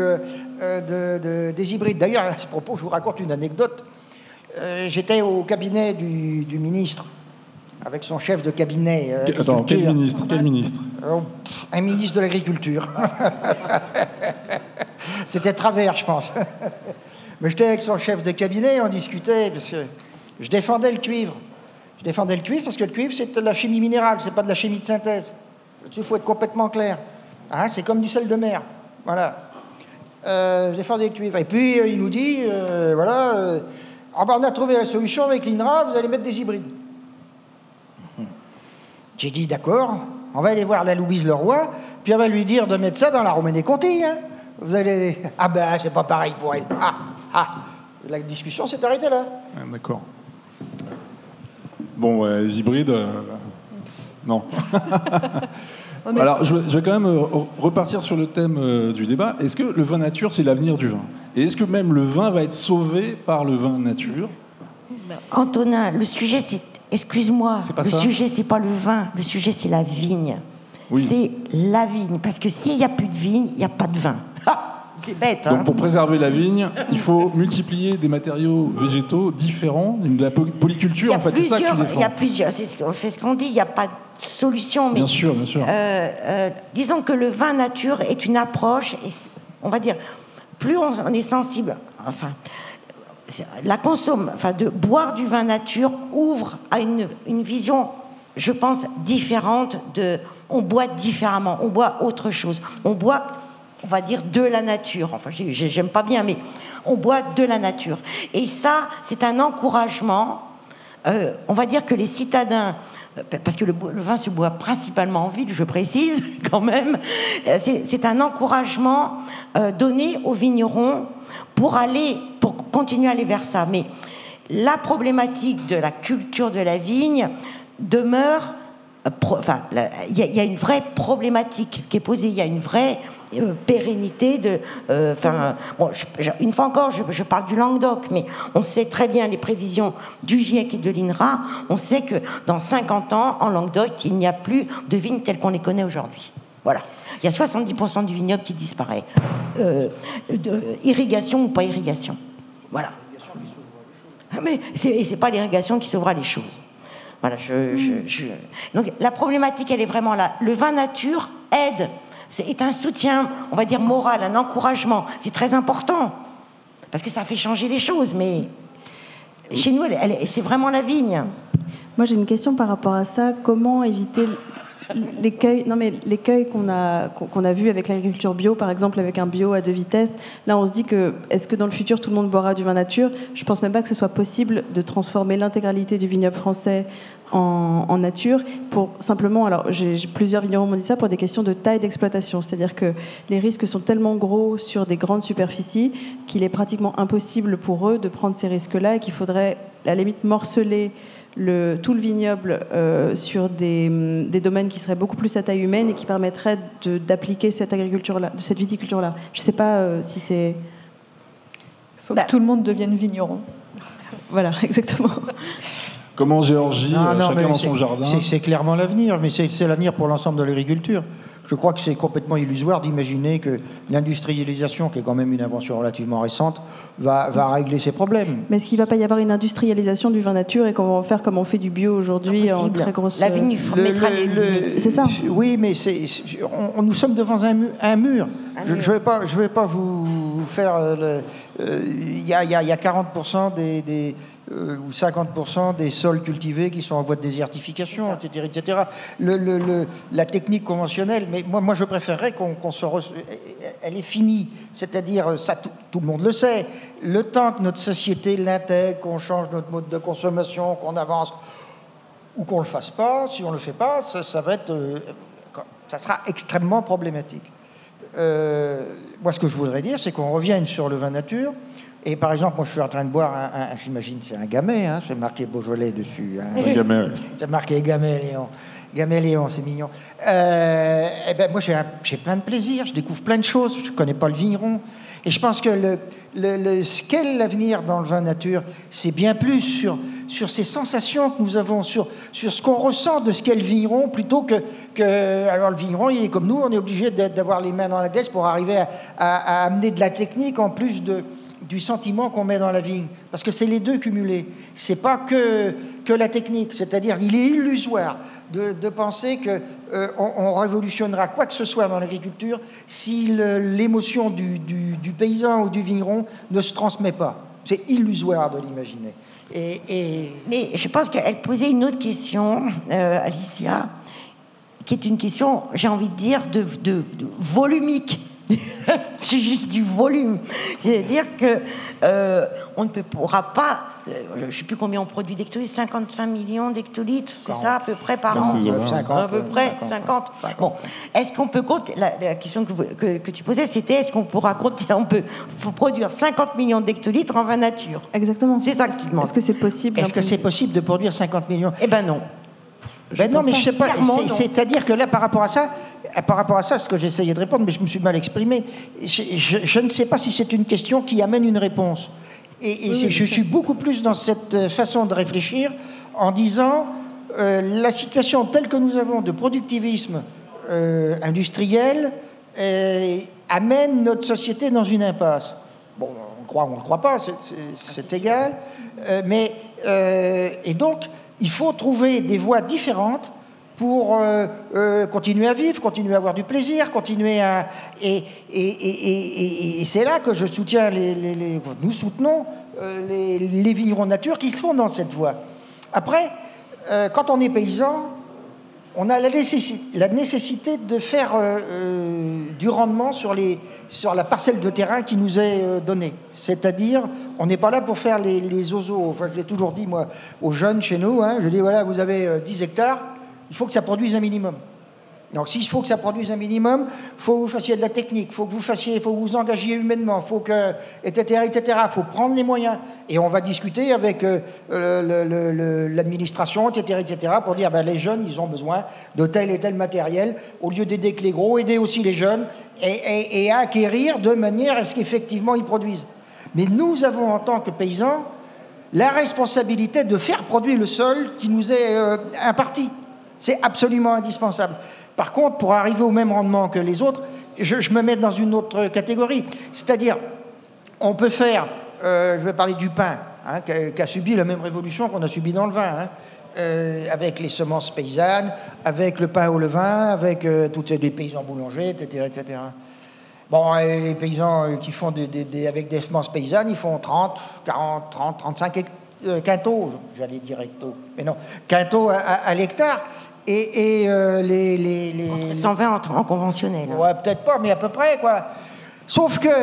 des hybrides. D'ailleurs, à ce propos, je vous raconte une anecdote. J'étais au cabinet du ministre, avec son chef de cabinet. Attends, quel ministre? Un ministre de l'Agriculture. C'était Travers, je pense. Mais j'étais avec son chef de cabinet, on discutait, parce que je défendais le cuivre. Je défendais le cuivre parce que le cuivre, c'est de la chimie minérale, c'est pas de la chimie de synthèse. Il faut être complètement clair. Hein, c'est comme du sel de mer. Voilà. Je défendais le cuivre. Et puis, il nous dit, on a trouvé la solution avec l'INRA, vous allez mettre des hybrides. J'ai dit, d'accord, on va aller voir la Louise Leroy, puis on va lui dire de mettre ça dans la Romanée-Conti. Hein. Vous allez... Ah ben, c'est pas pareil pour elle. La discussion s'est arrêtée là. Ah, d'accord. Bon, les hybrides... Non. Alors, je vais quand même repartir sur le thème du débat. Est-ce que le vin nature, c'est l'avenir du vin? Et est-ce que même le vin va être sauvé par le vin nature? Antonin, le sujet, c'est... Excuse-moi, sujet, c'est pas le vin. Le sujet, c'est la vigne. Oui. C'est la vigne. Parce que s'il n'y a plus de vigne, il n'y a pas de vin. C'est bête. Donc, pour préserver la vigne, il faut multiplier des matériaux végétaux différents, de la polyculture, en fait, c'est ça que tu défends. Il y a plusieurs, c'est ce qu'on dit, il n'y a pas de solution. Mais, bien sûr. disons que le vin nature est une approche, et on va dire, plus on est sensible, de boire du vin nature ouvre à une vision, je pense, différente on boit différemment, on boit autre chose. On boit, on va dire, de la nature. Enfin, j'aime pas bien, mais on boit de la nature. Et ça, c'est un encouragement. On va dire que les citadins, parce que le vin se boit principalement en ville, je précise quand même, c'est un encouragement donné aux vignerons pour continuer à aller vers ça. Mais la problématique de la culture de la vigne demeure... il y a une vraie problématique qui est posée, il y a une vraie pérennité une fois encore, je parle du Languedoc, mais on sait très bien les prévisions du GIEC et de l'INRA, on sait que dans 50 ans, en Languedoc, il n'y a plus de vignes telles qu'on les connaît aujourd'hui. Voilà. Il y a 70% du vignoble qui disparaît. Irrigation ou pas irrigation. Voilà. Mais c'est pas l'irrigation qui sauvera les choses. Voilà, Donc la problématique, elle est vraiment là. Le vin nature aide, est un soutien, on va dire moral, un encouragement. C'est très important parce que ça fait changer les choses. Mais chez nous, c'est vraiment la vigne. Moi, j'ai une question par rapport à ça. Comment éviter l'écueil qu'on a vu avec l'agriculture bio, par exemple, avec un bio à 2 vitesses. Là, on se dit est-ce que dans le futur, tout le monde boira du vin nature? Je pense même pas que ce soit possible de transformer l'intégralité du vignoble français en nature pour simplement... Alors, j'ai plusieurs vignerons m'ont dit ça pour des questions de taille d'exploitation. C'est-à-dire que les risques sont tellement gros sur des grandes superficies qu'il est pratiquement impossible pour eux de prendre ces risques-là et qu'il faudrait, à la limite, morceler tout le vignoble sur des domaines qui seraient beaucoup plus à taille humaine et qui permettraient d'appliquer cette agriculture-là, cette viticulture-là. Je ne sais pas si c'est... Il faut que tout le monde devienne vigneron. Voilà, exactement. Comme en Géorgie, chacun dans son jardin. C'est clairement l'avenir, mais c'est l'avenir pour l'ensemble de l'agriculture. Je crois que c'est complètement illusoire d'imaginer que l'industrialisation, qui est quand même une invention relativement récente, va régler ces problèmes. Mais est-ce qu'il ne va pas y avoir une industrialisation du vin nature et qu'on va en faire comme on fait du bio aujourd'hui en très grosse... La vigne mettra c'est ça. Oui, mais nous sommes devant un mur. Je ne vais pas vous faire... Il y a 40% ou 50% des sols cultivés qui sont en voie de désertification, etc. La technique conventionnelle, mais moi je préférerais qu'on se... elle est finie. C'est-à-dire, ça, tout le monde le sait, le temps que notre société l'intègre, qu'on change notre mode de consommation, qu'on avance, ou qu'on ne le fasse pas, si on ne le fait pas, ça sera extrêmement problématique. Moi, ce que je voudrais dire, c'est qu'on revienne sur le vin nature. Et par exemple, moi, je suis en train de boire j'imagine, c'est un Gamay, hein, c'est marqué Beaujolais dessus. Hein. Un Gamay, oui. C'est marqué Gamay-Léon. Gamay-Léon, c'est mignon. Moi, j'ai plein de plaisir, je découvre plein de choses, je ne connais pas le vigneron. Et je pense que ce qu'est l'avenir dans le vin nature, c'est bien plus sur ces sensations que nous avons, sur ce qu'on ressent de ce qu'est le vigneron, plutôt que... Alors, le vigneron, il est comme nous, on est obligé d'avoir les mains dans la glaise pour arriver à amener de la technique en plus du sentiment qu'on met dans la vigne. Parce que c'est les deux cumulés. C'est pas que la technique. C'est-à-dire, il est illusoire de penser qu'on révolutionnera quoi que ce soit dans l'agriculture si l'émotion du paysan ou du vigneron ne se transmet pas. C'est illusoire de l'imaginer. Mais je pense qu'elle posait une autre question, Alicia, qui est une question, j'ai envie de dire, de volumique. C'est juste du volume. C'est-à-dire qu'on ne pourra pas... je ne sais plus combien on produit d'hectolitres, 55 millions d'hectolitres, c'est ça à peu près par an 50, à peu près 50. Bon, est-ce qu'on peut compter... La question que tu posais, c'était est-ce qu'on pourra compter... faut produire 50 millions d'hectolitres en vin nature. Exactement. C'est ça que tu demandes. Est-ce que c'est possible? Est-ce que c'est possible de produire 50 millions? Eh ben non. Non, mais je sais pas. C'est-à-dire que là, par rapport à ça, ce que j'essayais de répondre, mais je me suis mal exprimé, je ne sais pas si c'est une question qui amène une réponse. Je suis beaucoup plus dans cette façon de réfléchir en disant la situation telle que nous avons de productivisme industriel amène notre société dans une impasse. Bon, on croit ou on ne le croit pas, c'est égal. Et donc, il faut trouver des voies différentes pour continuer à vivre, continuer à avoir du plaisir, continuer à... Et c'est là que je soutiens nous soutenons les vignerons nature qui sont dans cette voie. Après, quand on est paysan, on a la nécessité de faire du rendement sur la parcelle de terrain qui nous est donnée. C'est-à-dire, on n'est pas là pour faire les ozos. Enfin, je l'ai toujours dit, moi, aux jeunes chez nous, hein, je dis, voilà, vous avez 10 hectares, il faut que ça produise un minimum. Donc, s'il faut que ça produise un minimum, il faut que vous fassiez de la technique, il faut que vous engagiez humainement, etc., etc. Il faut prendre les moyens. Et on va discuter avec l'administration, etc., etc., pour dire, les jeunes, ils ont besoin de tel et tel matériel. Au lieu d'aider que les gros, aider aussi les jeunes et acquérir de manière à ce qu'effectivement ils produisent. Mais nous avons, en tant que paysans, la responsabilité de faire produire le sol qui nous est imparti. C'est absolument indispensable. Par contre, pour arriver au même rendement que les autres, je me mets dans une autre catégorie. C'est-à-dire, on peut faire, je vais parler du pain, hein, qui a subi la même révolution qu'on a subi dans le vin, hein, avec les semences paysannes, avec le pain au levain, avec tous les paysans boulangers, etc., etc. Bon, les paysans qui font avec des semences paysannes, ils font 30, 35 quintaux, j'allais dire hecto, mais non, quintaux à l'hectare. Et Entre 120 en conventionnel. Hein. Ouais, peut-être pas, mais à peu près, quoi. Sauf que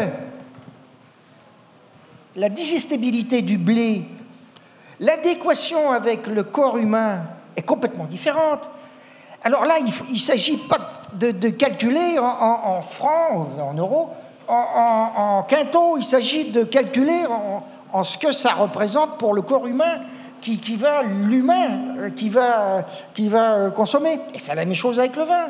la digestibilité du blé, l'adéquation avec le corps humain est complètement différente. Alors là, il ne s'agit pas de calculer en francs, en euros, en quintaux, il s'agit de calculer en ce que ça représente pour le corps humain qui va consommer. Et c'est la même chose avec le vin.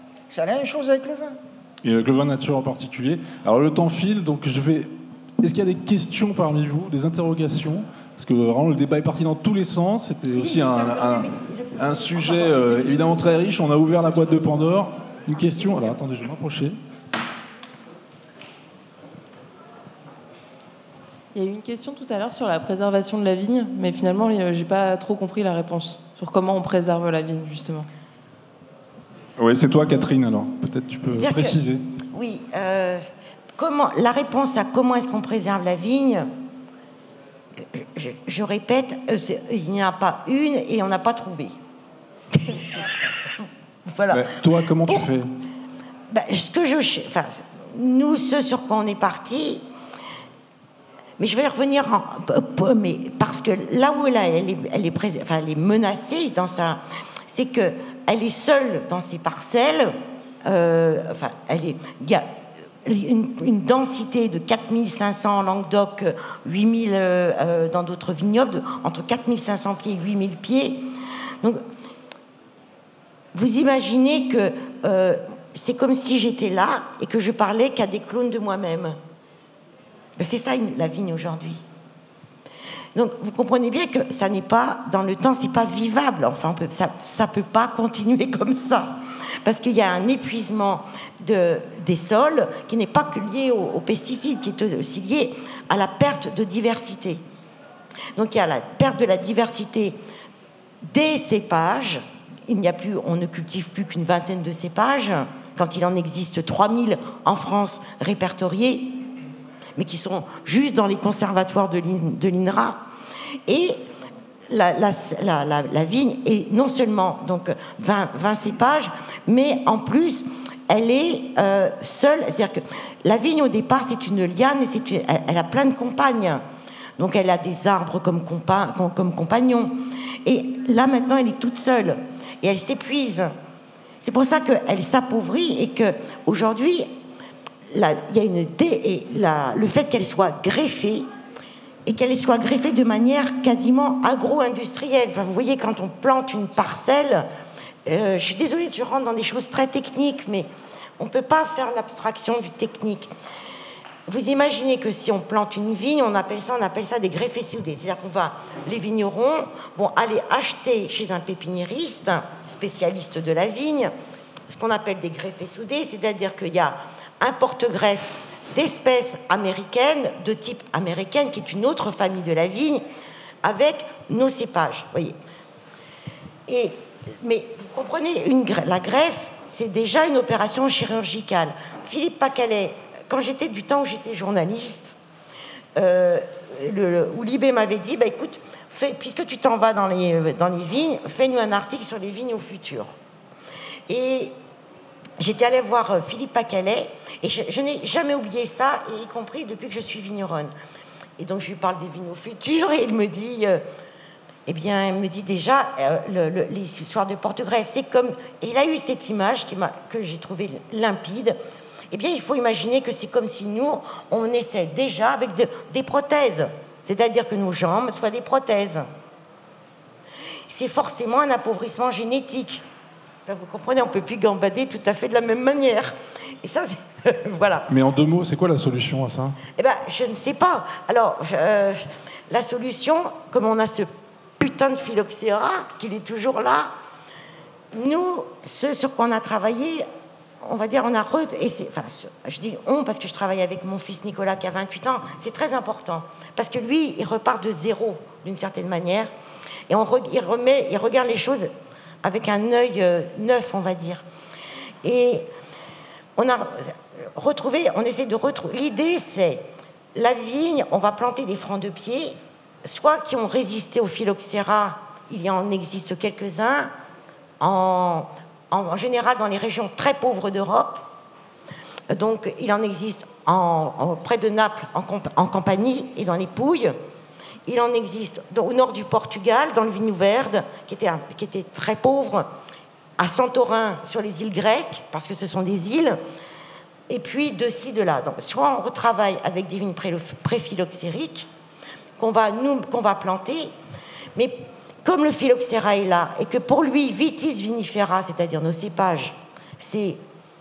Et avec le vin nature en particulier. Alors le temps file, donc est-ce qu'il y a des questions parmi vous, des interrogations? Parce que vraiment le débat est parti dans tous les sens. C'était aussi un sujet évidemment très riche. On a ouvert la boîte de Pandore. Une question. Alors attendez, je vais m'approcher. Il y a eu une question tout à l'heure sur la préservation de la vigne, mais finalement, j'ai pas trop compris la réponse sur comment on préserve la vigne, justement. Oui, c'est toi, Catherine, alors. Peut-être tu peux préciser. Oui. La réponse à comment est-ce qu'on préserve la vigne, je répète, il n'y en a pas une et on n'a pas trouvé. Voilà. Mais toi, comment tu fais? Ce que nous, ce sur quoi on est parti, mais je vais revenir mais parce que là où elle est menacée dans ça, c'est que elle est seule dans ses parcelles. Il y a une densité de 4500 en Languedoc, 8000 dans d'autres vignobles, entre 4500 pieds et 8000 pieds. Donc, vous imaginez que c'est comme si j'étais là et que je parlais qu'à des clones de moi-même. Ben, c'est ça la vigne aujourd'hui. Donc vous comprenez bien que ça n'est pas, dans le temps, c'est pas vivable. Enfin, ça peut pas continuer comme ça. Parce qu'il y a un épuisement des sols qui n'est pas que lié aux pesticides, qui est aussi lié à la perte de diversité. Donc il y a la perte de la diversité des cépages. On ne cultive plus qu'une vingtaine de cépages, quand il en existe 3000 en France répertoriés, mais qui sont juste dans les conservatoires de l'INRA. Et la vigne est non seulement donc 20 cépages, mais en plus, elle est seule. C'est-à-dire que la vigne, au départ, c'est une liane et elle a plein de compagnes. Donc, elle a des arbres comme compagnons. Et là, maintenant, elle est toute seule. Et elle s'épuise. C'est pour ça qu'elle s'appauvrit et qu'aujourd'hui, il y a le fait qu'elle soit greffée, et qu'elle soit greffée de manière quasiment agro-industrielle. Enfin, vous voyez, quand on plante une parcelle, je suis désolée, je rentre dans des choses très techniques, mais on ne peut pas faire l'abstraction du technique. Vous imaginez que si on plante une vigne, on appelle ça des greffés soudés. C'est-à-dire les vignerons vont aller acheter chez un pépiniériste, spécialiste de la vigne, ce qu'on appelle des greffés soudés, c'est-à-dire qu'il y a un porte-greffe d'espèces américaines, de type américaine, qui est une autre famille de la vigne, avec nos cépages. Voyez. Mais vous comprenez, la greffe, c'est déjà une opération chirurgicale. Philippe Pacalet, du temps où j'étais journaliste, Oulibé m'avait dit, écoute, puisque tu t'en vas dans les vignes, fais-nous un article sur les vignes au futur. Et j'étais allée voir Philippe Pacalet, et je n'ai jamais oublié ça, y compris depuis que je suis vigneronne. Et donc je lui parle des vignes au futur, et il me dit, déjà, les histoires de porte-greffe, c'est comme... Et il a eu cette image que j'ai trouvée limpide. Eh bien, il faut imaginer que c'est comme si nous, on essaie déjà avec des prothèses. C'est-à-dire que nos jambes soient des prothèses. C'est forcément un appauvrissement génétique. Enfin, vous comprenez, on ne peut plus gambader tout à fait de la même manière. Et ça, c'est... voilà. Mais en 2 mots, c'est quoi la solution à ça ? Je ne sais pas. Alors, la solution, comme on a ce putain de phylloxéra, qu'il est toujours là, nous, ce sur quoi on a travaillé... On va dire, je dis on parce que je travaille avec mon fils Nicolas qui a 28 ans, c'est très important. Parce que lui, il repart de zéro, d'une certaine manière. Et il regarde les choses avec un œil neuf, on va dire. Et on essaie de retrouver... L'idée, c'est, la vigne, on va planter des francs de pied, soit qui ont résisté au phylloxéra, il y en existe quelques-uns, en général dans les régions très pauvres d'Europe. Donc il en existe près de Naples, en Campanie et dans les Pouilles. Il en existe au nord du Portugal, dans le Vinho Verde, qui était très pauvre, à Santorin, sur les îles grecques, parce que ce sont des îles, et puis de ci, de là. Donc, soit on retravaille avec des vignes pré-phylloxériques qu'on va planter, mais comme le phylloxéra est là, et que pour lui, Vitis vinifera, c'est-à-dire nos cépages, c'est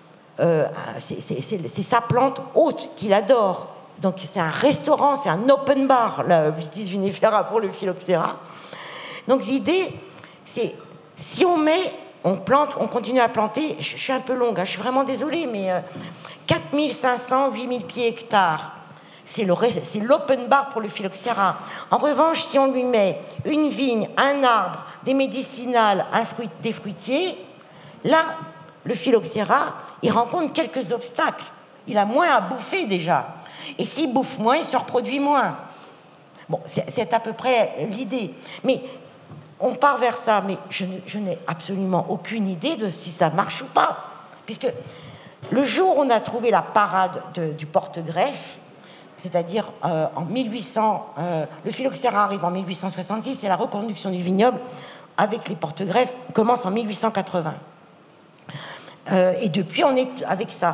sa plante haute qu'il adore. Donc c'est un restaurant, c'est un open bar, la Vitis vinifera pour le phylloxéra. Donc l'idée, c'est, si on plante, on continue à planter, je suis un peu longue, je suis vraiment désolée, mais 4500, 8000 pieds hectares, c'est l'open bar pour le phylloxéra. En revanche, si on lui met une vigne, un arbre, des médicinales, des fruitiers, là, le phylloxéra, il rencontre quelques obstacles. Il a moins à bouffer déjà. Et s'il bouffe moins, il se reproduit moins. Bon, c'est à peu près l'idée. Mais on part vers ça, mais je n'ai absolument aucune idée de si ça marche ou pas. Puisque Le jour où on a trouvé la parade du porte-greffe, c'est-à-dire en 1800, le phylloxéra arrive en 1866 et la reconduction du vignoble avec les porte-greffes commence en 1880. Et depuis, on est avec ça.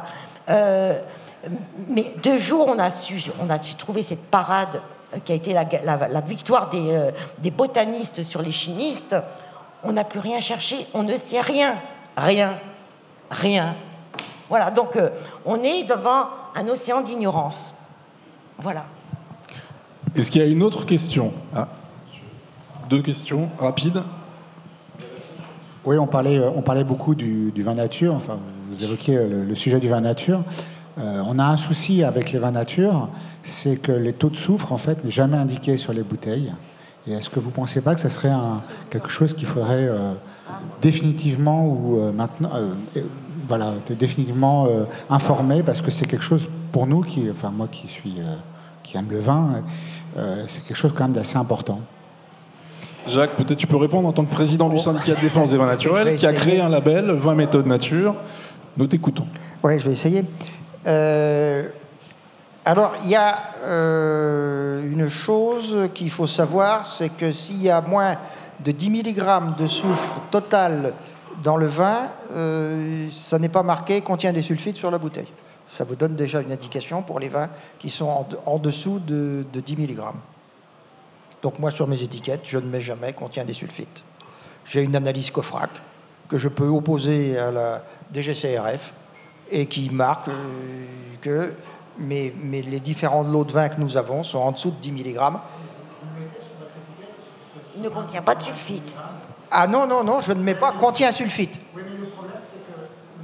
Mais 2 jours, on a su trouver cette parade qui a été la victoire des botanistes sur les chimistes. On n'a plus rien cherché, on ne sait rien. Voilà, donc on est devant un océan d'ignorance. Voilà. Est-ce qu'il y a une autre question ? 2 questions rapides. Oui, on parlait beaucoup du vin nature. Enfin, vous évoquiez le sujet du vin nature. On a un souci avec les vins nature, c'est que les taux de soufre, en fait, n'est jamais indiqué sur les bouteilles. Et est-ce que vous ne pensez pas que ça serait quelque chose qu'il faudrait définitivement maintenant, définitivement informer, parce que c'est quelque chose pour nous moi qui aime le vin, c'est quelque chose quand même d'assez important. Jacques, peut-être tu peux répondre en tant que président du syndicat de défense des vins naturels, qui a créé un label 20 méthodes nature. Nous t'écoutons. Oui, je vais essayer. Alors, il y a une chose qu'il faut savoir, c'est que s'il y a moins de 10 mg de soufre total dans le vin, ça n'est pas marqué « contient des sulfites » sur la bouteille. Ça vous donne déjà une indication pour les vins qui sont en dessous de 10 mg. Donc moi, sur mes étiquettes, je ne mets jamais « contient des sulfites ». J'ai une analyse COFRAC que je peux opposer à la DGCRF et qui marque que mais les différents lots de vin que nous avons sont en dessous de 10 mg. Il ne contient pas de sulfite. Ah non, je ne mets pas « contient sulfite ». Oui, mais le problème, c'est que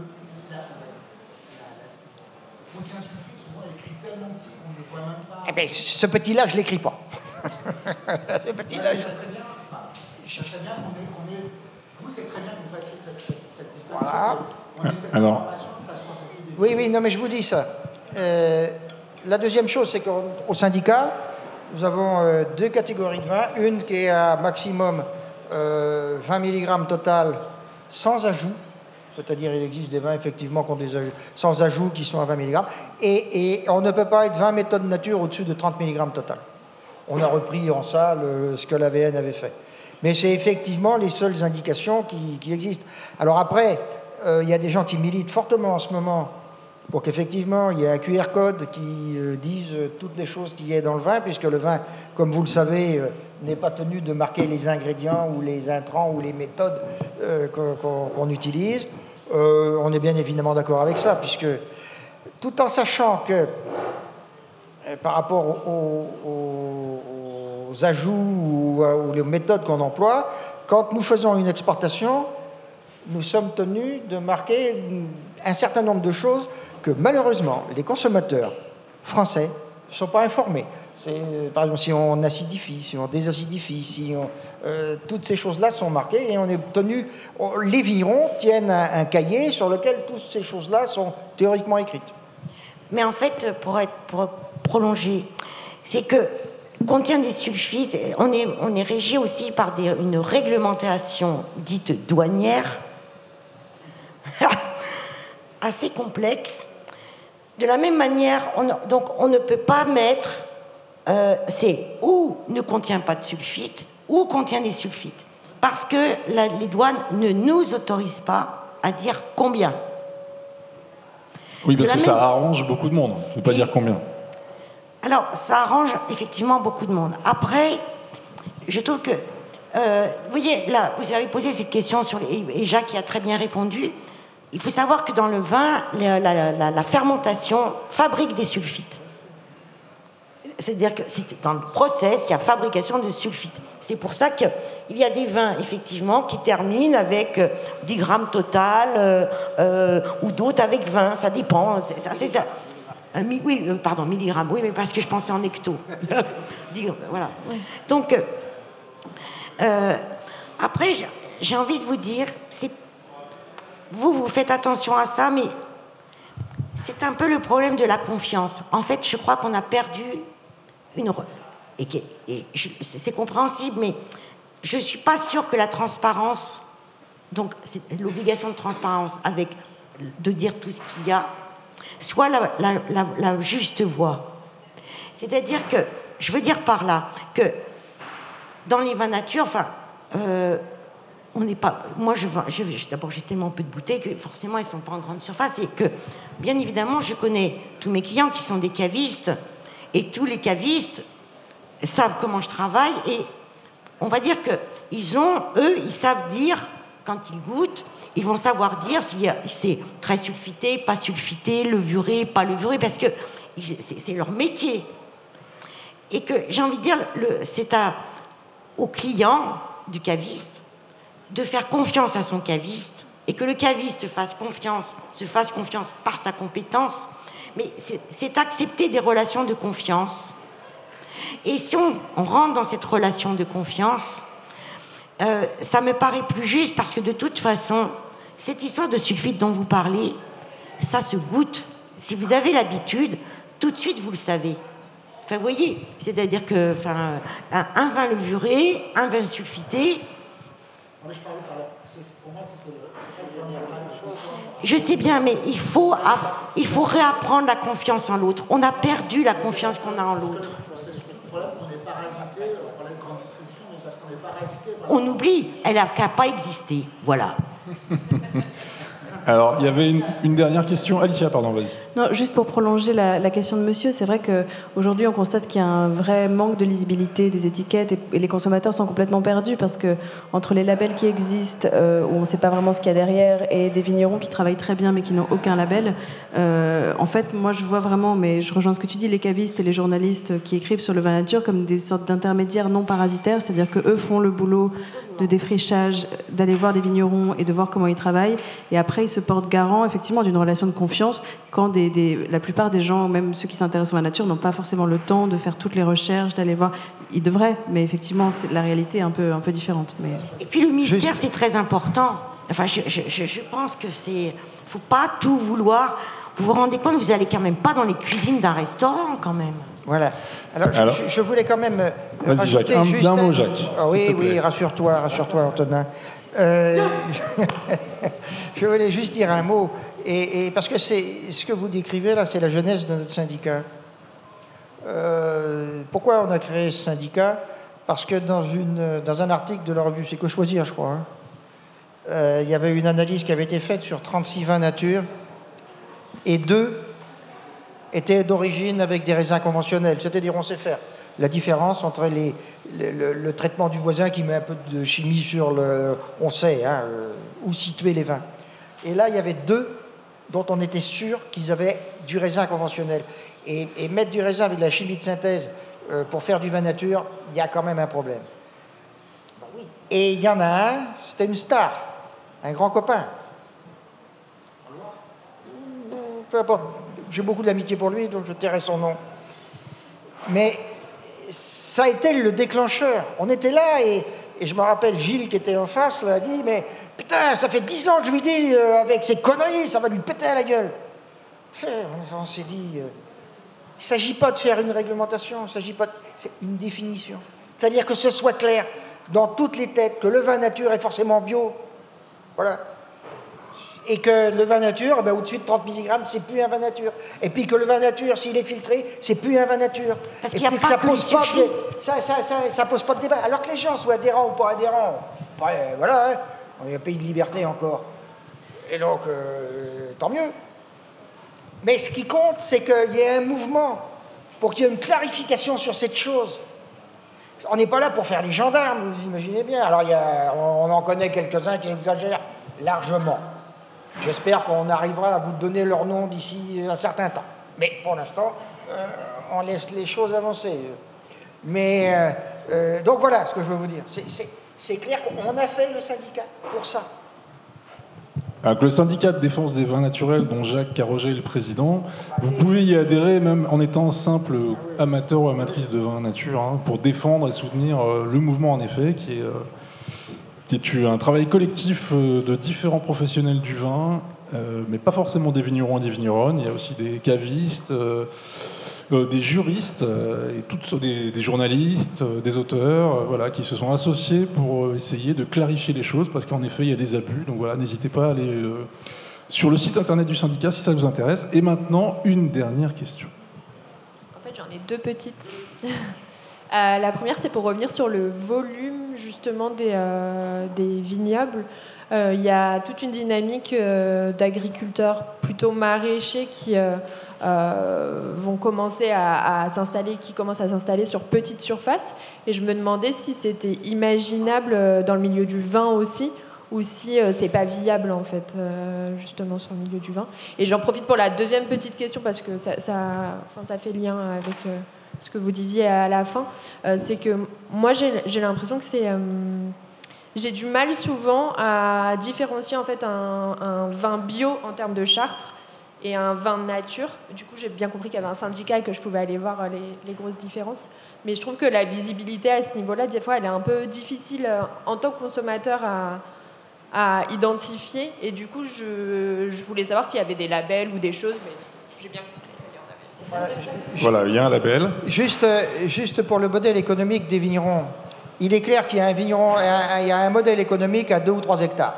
contient sulfite, souvent écrit tellement petit qu'on ne voit même pas. Eh bien, ce petit-là, je ne l'écris pas. Ce petit-là, ça serait bien qu'on ait... Vous, c'est très bien que vous fassiez cette distinction. Voilà. Alors... Oui, non, mais je vous dis ça. La deuxième chose, c'est qu'au syndicat, nous avons 2 catégories de vin. Une qui est à maximum 20 mg total sans ajout. C'est-à-dire, il existe des vins, effectivement, qui ont des ajouts, sans ajout, qui sont à 20 mg. Et on ne peut pas être 20 méthodes nature au-dessus de 30 mg total. On a repris en ça ce que l'AVN avait fait. Mais c'est effectivement les seules indications qui existent. Alors après, il y a des gens qui militent fortement en ce moment pour qu'effectivement, il y ait un QR code qui dise toutes les choses qu'il y a dans le vin, puisque le vin, comme vous le savez, n'est pas tenu de marquer les ingrédients ou les intrants ou les méthodes qu'on utilise. On est bien évidemment d'accord avec ça, puisque tout en sachant que par rapport aux ajouts ou aux méthodes qu'on emploie, quand nous faisons une exportation, nous sommes tenus de marquer un certain nombre de choses que malheureusement les consommateurs français ne sont pas informés. Par exemple, si on acidifie, si on désacidifie, toutes ces choses-là sont marquées et on est tenu. Les vignerons tiennent un cahier sur lequel toutes ces choses-là sont théoriquement écrites. Mais en fait, pour prolonger, c'est que contient des sulfites. On est régi aussi par une réglementation dite douanière assez complexe. De la même manière, on ne peut pas mettre c'est ou ne contient pas de sulfite ou contient des sulfites, parce que les douanes ne nous autorisent pas à dire combien. Oui, parce que ça arrange beaucoup de monde. Je ne veux pas dire combien. Alors, ça arrange effectivement beaucoup de monde. Après, je trouve que... vous voyez, là, vous avez posé cette question, et Jacques y a très bien répondu. Il faut savoir que dans le vin, la fermentation fabrique des sulfites. C'est-à-dire que c'est dans le process, il y a fabrication de sulfites. C'est pour ça qu'il y a des vins, effectivement, qui terminent avec 10 grammes total, ou d'autres avec 20, ça dépend. C'est ça. Milligrammes, oui, mais parce que je pensais en hecto. Voilà. Donc, après, j'ai envie de vous dire, vous faites attention à ça, mais c'est un peu le problème de la confiance. En fait, je crois qu'on a perdu c'est compréhensible, mais je ne suis pas sûre que la transparence, donc c'est l'obligation de transparence avec de dire tout ce qu'il y a, soit la juste voie. C'est-à-dire que, je veux dire par là, que dans les vins nature, on n'est pas... Moi, d'abord, j'ai tellement peu de bouteilles que forcément, elles ne sont pas en grande surface. Et que, bien évidemment, je connais tous mes clients qui sont des cavistes. Et tous les cavistes savent comment je travaille. Et on va dire qu'ils savent dire, quand ils goûtent, ils vont savoir dire si c'est très sulfité, pas sulfité, levuré, pas levuré, parce que c'est leur métier. Et que, j'ai envie de dire, c'est au client du caviste de faire confiance à son caviste et que le caviste se fasse confiance par sa compétence, mais c'est accepter des relations de confiance. Et si on rentre dans cette relation de confiance, ça me paraît plus juste parce que de toute façon, cette histoire de sulfite dont vous parlez, ça se goûte. Si vous avez l'habitude, tout de suite vous le savez. Enfin, vous voyez, c'est-à-dire que un vin levuré, un vin sulfité. Je sais bien, mais il faut réapprendre la confiance en l'autre. On a perdu la confiance qu'on a en l'autre. On oublie, elle n'a pas existé. Voilà. Alors, il y avait une dernière question. Alicia, pardon, vas-y. Non, juste pour prolonger la question de monsieur, c'est vrai qu'aujourd'hui, on constate qu'il y a un vrai manque de lisibilité des étiquettes et les consommateurs sont complètement perdus parce que entre les labels qui existent, où on ne sait pas vraiment ce qu'il y a derrière, et des vignerons qui travaillent très bien mais qui n'ont aucun label, en fait, moi, je vois vraiment, mais je rejoins ce que tu dis, les cavistes et les journalistes qui écrivent sur le vin nature comme des sortes d'intermédiaires non parasitaires, c'est-à-dire qu'eux font le boulot de défrichage, d'aller voir les vignerons et de voir comment ils travaillent, et après, ils se portent garant, effectivement, d'une relation de confiance quand la plupart des gens, même ceux qui s'intéressent à la nature, n'ont pas forcément le temps de faire toutes les recherches, d'aller voir. Ils devraient, mais effectivement, la réalité est un peu différente. Mais... Et puis le mystère, c'est très important. Enfin, je pense que faut pas tout vouloir. Vous vous rendez compte, vous n'allez quand même pas dans les cuisines d'un restaurant, quand même. Voilà. Alors je voulais quand même vas-y, Jacques. Un mot, Jacques. Ah, oui, rassure-toi, Antonin. Je voulais juste dire un mot, et parce que c'est ce que vous décrivez là, c'est la jeunesse de notre syndicat. Pourquoi on a créé ce syndicat ? Parce que dans un article de la revue C'est que choisir, je crois, il y avait une analyse qui avait été faite sur 36 vins nature, et 2 étaient d'origine avec des raisins conventionnels, c'est-à-dire on sait faire la différence entre le traitement du voisin qui met un peu de chimie sur on sait où situer les vins. Et là, il y avait 2 dont on était sûr qu'ils avaient du raisin conventionnel. Et mettre du raisin avec de la chimie de synthèse pour faire du vin nature, il y a quand même un problème. Et il y en a un, c'était une star, un grand copain. Peu importe, j'ai beaucoup d'amitié pour lui, donc je tairai son nom. Mais ça a été le déclencheur. On était là et je me rappelle, Gilles qui était en face là, a dit « Mais putain, ça fait 10 ans que je lui dis, avec ces conneries, ça va lui péter à la gueule. » On s'est dit, il ne s'agit pas de faire une réglementation, c'est une définition. C'est-à-dire que ce soit clair dans toutes les têtes, que le vin nature est forcément bio. Voilà. Et que le vin nature, au-dessus de 30 mg, c'est plus un vin nature. Et puis que le vin nature, s'il est filtré, c'est plus un vin nature. Parce qu'il n'y a pas que ça pose pas de débat. Alors que les gens soient adhérents ou pas adhérents, voilà, on est un pays de liberté encore. Et donc, tant mieux. Mais ce qui compte, c'est qu'il y ait un mouvement pour qu'il y ait une clarification sur cette chose. On n'est pas là pour faire les gendarmes, vous imaginez bien. Alors, on en connaît quelques-uns qui exagèrent largement. J'espère qu'on arrivera à vous donner leur nom d'ici un certain temps. Mais pour l'instant, on laisse les choses avancer. Mais donc voilà ce que je veux vous dire. C'est clair qu'on a fait le syndicat pour ça. Avec le syndicat de défense des vins naturels, dont Jacques Carroget est le président, vous pouvez y adhérer même en étant simple amateur ou amatrice de vin nature, pour défendre et soutenir le mouvement en effet, qui est un travail collectif de différents professionnels du vin, mais pas forcément des vignerons et des vigneronnes. Il y a aussi des cavistes, des juristes, et des journalistes, des auteurs, qui se sont associés pour essayer de clarifier les choses, parce qu'en effet, il y a des abus. Donc voilà, n'hésitez pas à aller sur le site internet du syndicat si ça vous intéresse. Et maintenant, une dernière question. En fait, j'en ai 2 petites. La première, c'est pour revenir sur le volume justement des vignobles. Il y a toute une dynamique d'agriculteurs plutôt maraîchers qui vont commencer à s'installer, qui commencent à s'installer sur petite surface. Et je me demandais si c'était imaginable dans le milieu du vin aussi, ou si c'est pas viable en fait, justement sur le milieu du vin. Et j'en profite pour la deuxième petite question parce que ça fait lien avec ce que vous disiez à la fin. C'est que moi j'ai l'impression que j'ai du mal souvent à différencier en fait un vin bio en termes de Chartres et un vin nature. Du coup, j'ai bien compris qu'il y avait un syndicat et que je pouvais aller voir les grosses différences. Mais je trouve que la visibilité à ce niveau-là, des fois, elle est un peu difficile en tant que consommateur à identifier. Et du coup, je voulais savoir s'il y avait des labels ou des choses, mais j'ai bien compris qu'il y en avait. Voilà, il y a un label. Juste pour le modèle économique des vignerons, il est clair qu'il y a il y a un modèle économique à 2 ou 3 hectares.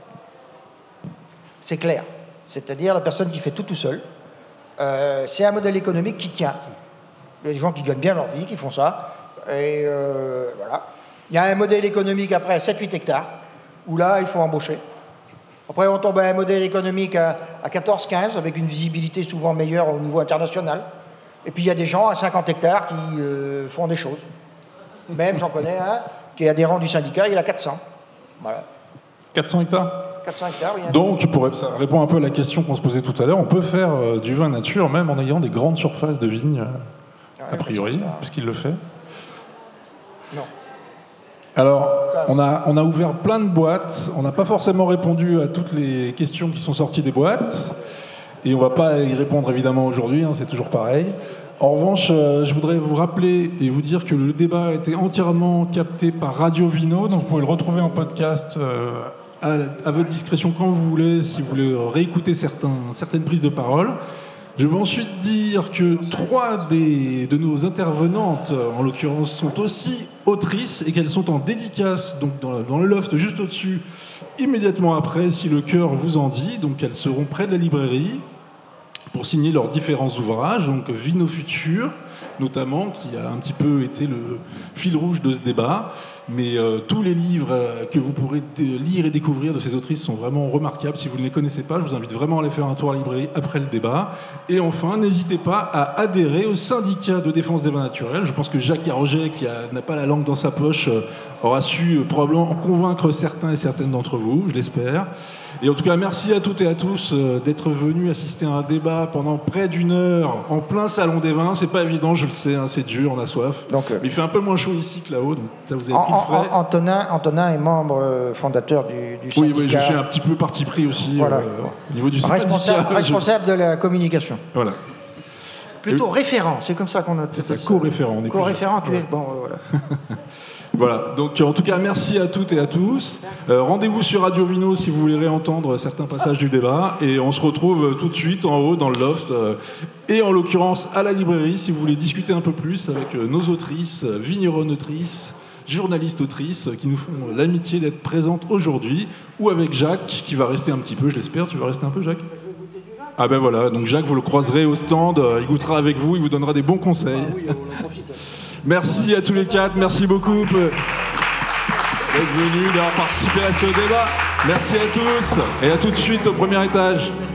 C'est clair. C'est-à-dire la personne qui fait tout seul. C'est un modèle économique qui tient. Il y a des gens qui gagnent bien leur vie, qui font ça. Et voilà. Il y a un modèle économique après à 7-8 hectares, où là, il faut embaucher. Après, on tombe à un modèle économique à 14-15, avec une visibilité souvent meilleure au niveau international. Et puis, il y a des gens à 50 hectares qui font des choses. Même, j'en connais un qui est adhérent du syndicat, il a 400. Voilà. 400 hectares 400 hectares, oui. Donc, ça répond un peu à la question qu'on se posait tout à l'heure. On peut faire du vin nature, même en ayant des grandes surfaces de vignes, a priori, puisqu'il le fait. Non. Alors, on a ouvert plein de boîtes. On n'a pas forcément répondu à toutes les questions qui sont sorties des boîtes. Et on ne va pas y répondre, évidemment, aujourd'hui. C'est toujours pareil. En revanche, je voudrais vous rappeler et vous dire que le débat a été entièrement capté par Radio Vino. Donc, vous pouvez le retrouver en podcast à votre discrétion quand vous voulez, si vous voulez réécouter certaines prises de parole. Je vais ensuite dire que 3 de nos intervenantes, en l'occurrence, sont aussi autrices et qu'elles sont en dédicace donc dans le loft juste au-dessus, immédiatement après, si le cœur vous en dit. Donc elles seront près de la librairie pour signer leurs différents ouvrages. Donc Vino Futur, notamment, qui a un petit peu été le fil rouge de ce débat. Mais tous les livres que vous pourrez lire et découvrir de ces autrices sont vraiment remarquables. Si vous ne les connaissez pas, je vous invite vraiment à aller faire un tour à la librairie après le débat. Et enfin, n'hésitez pas à adhérer au syndicat de défense des vins naturels. Je pense que Jacques Carroget, qui n'a pas la langue dans sa poche, aura su probablement en convaincre certains et certaines d'entre vous, je l'espère. Et en tout cas, merci à toutes et à tous d'être venus assister à un débat pendant près d'1 heure en plein salon des vins. C'est pas évident, je le sais, c'est dur, on a soif. Donc, mais il fait un peu moins chaud ici que là-haut, donc ça vous avez pris le frais. Antonin est membre fondateur du syndicat. Oui, je suis un petit peu parti pris aussi voilà. Au niveau du syndicat. Responsable de la communication. Voilà. Plutôt référent, c'est comme ça qu'on a... C'est ça, co-référent. Co-référent, tu es. Bon, voilà. Voilà, donc en tout cas, merci à toutes et à tous. Rendez-vous sur Radio Vino si vous voulez réentendre certains passages du débat. Et on se retrouve tout de suite en haut, dans le loft. Et en l'occurrence, à la librairie, si vous voulez discuter un peu plus avec nos autrices, vigneronnes autrices, journalistes autrices, qui nous font l'amitié d'être présentes aujourd'hui. Ou avec Jacques, qui va rester un petit peu, je l'espère. Tu vas rester un peu, Jacques ? Ah ben voilà, donc Jacques, vous le croiserez au stand. Il goûtera avec vous, il vous donnera des bons conseils. Ah oui, on en profite. Merci à tous les 4, merci beaucoup d'être venus, d'avoir participé à ce débat. Merci à tous et à tout de suite au premier étage.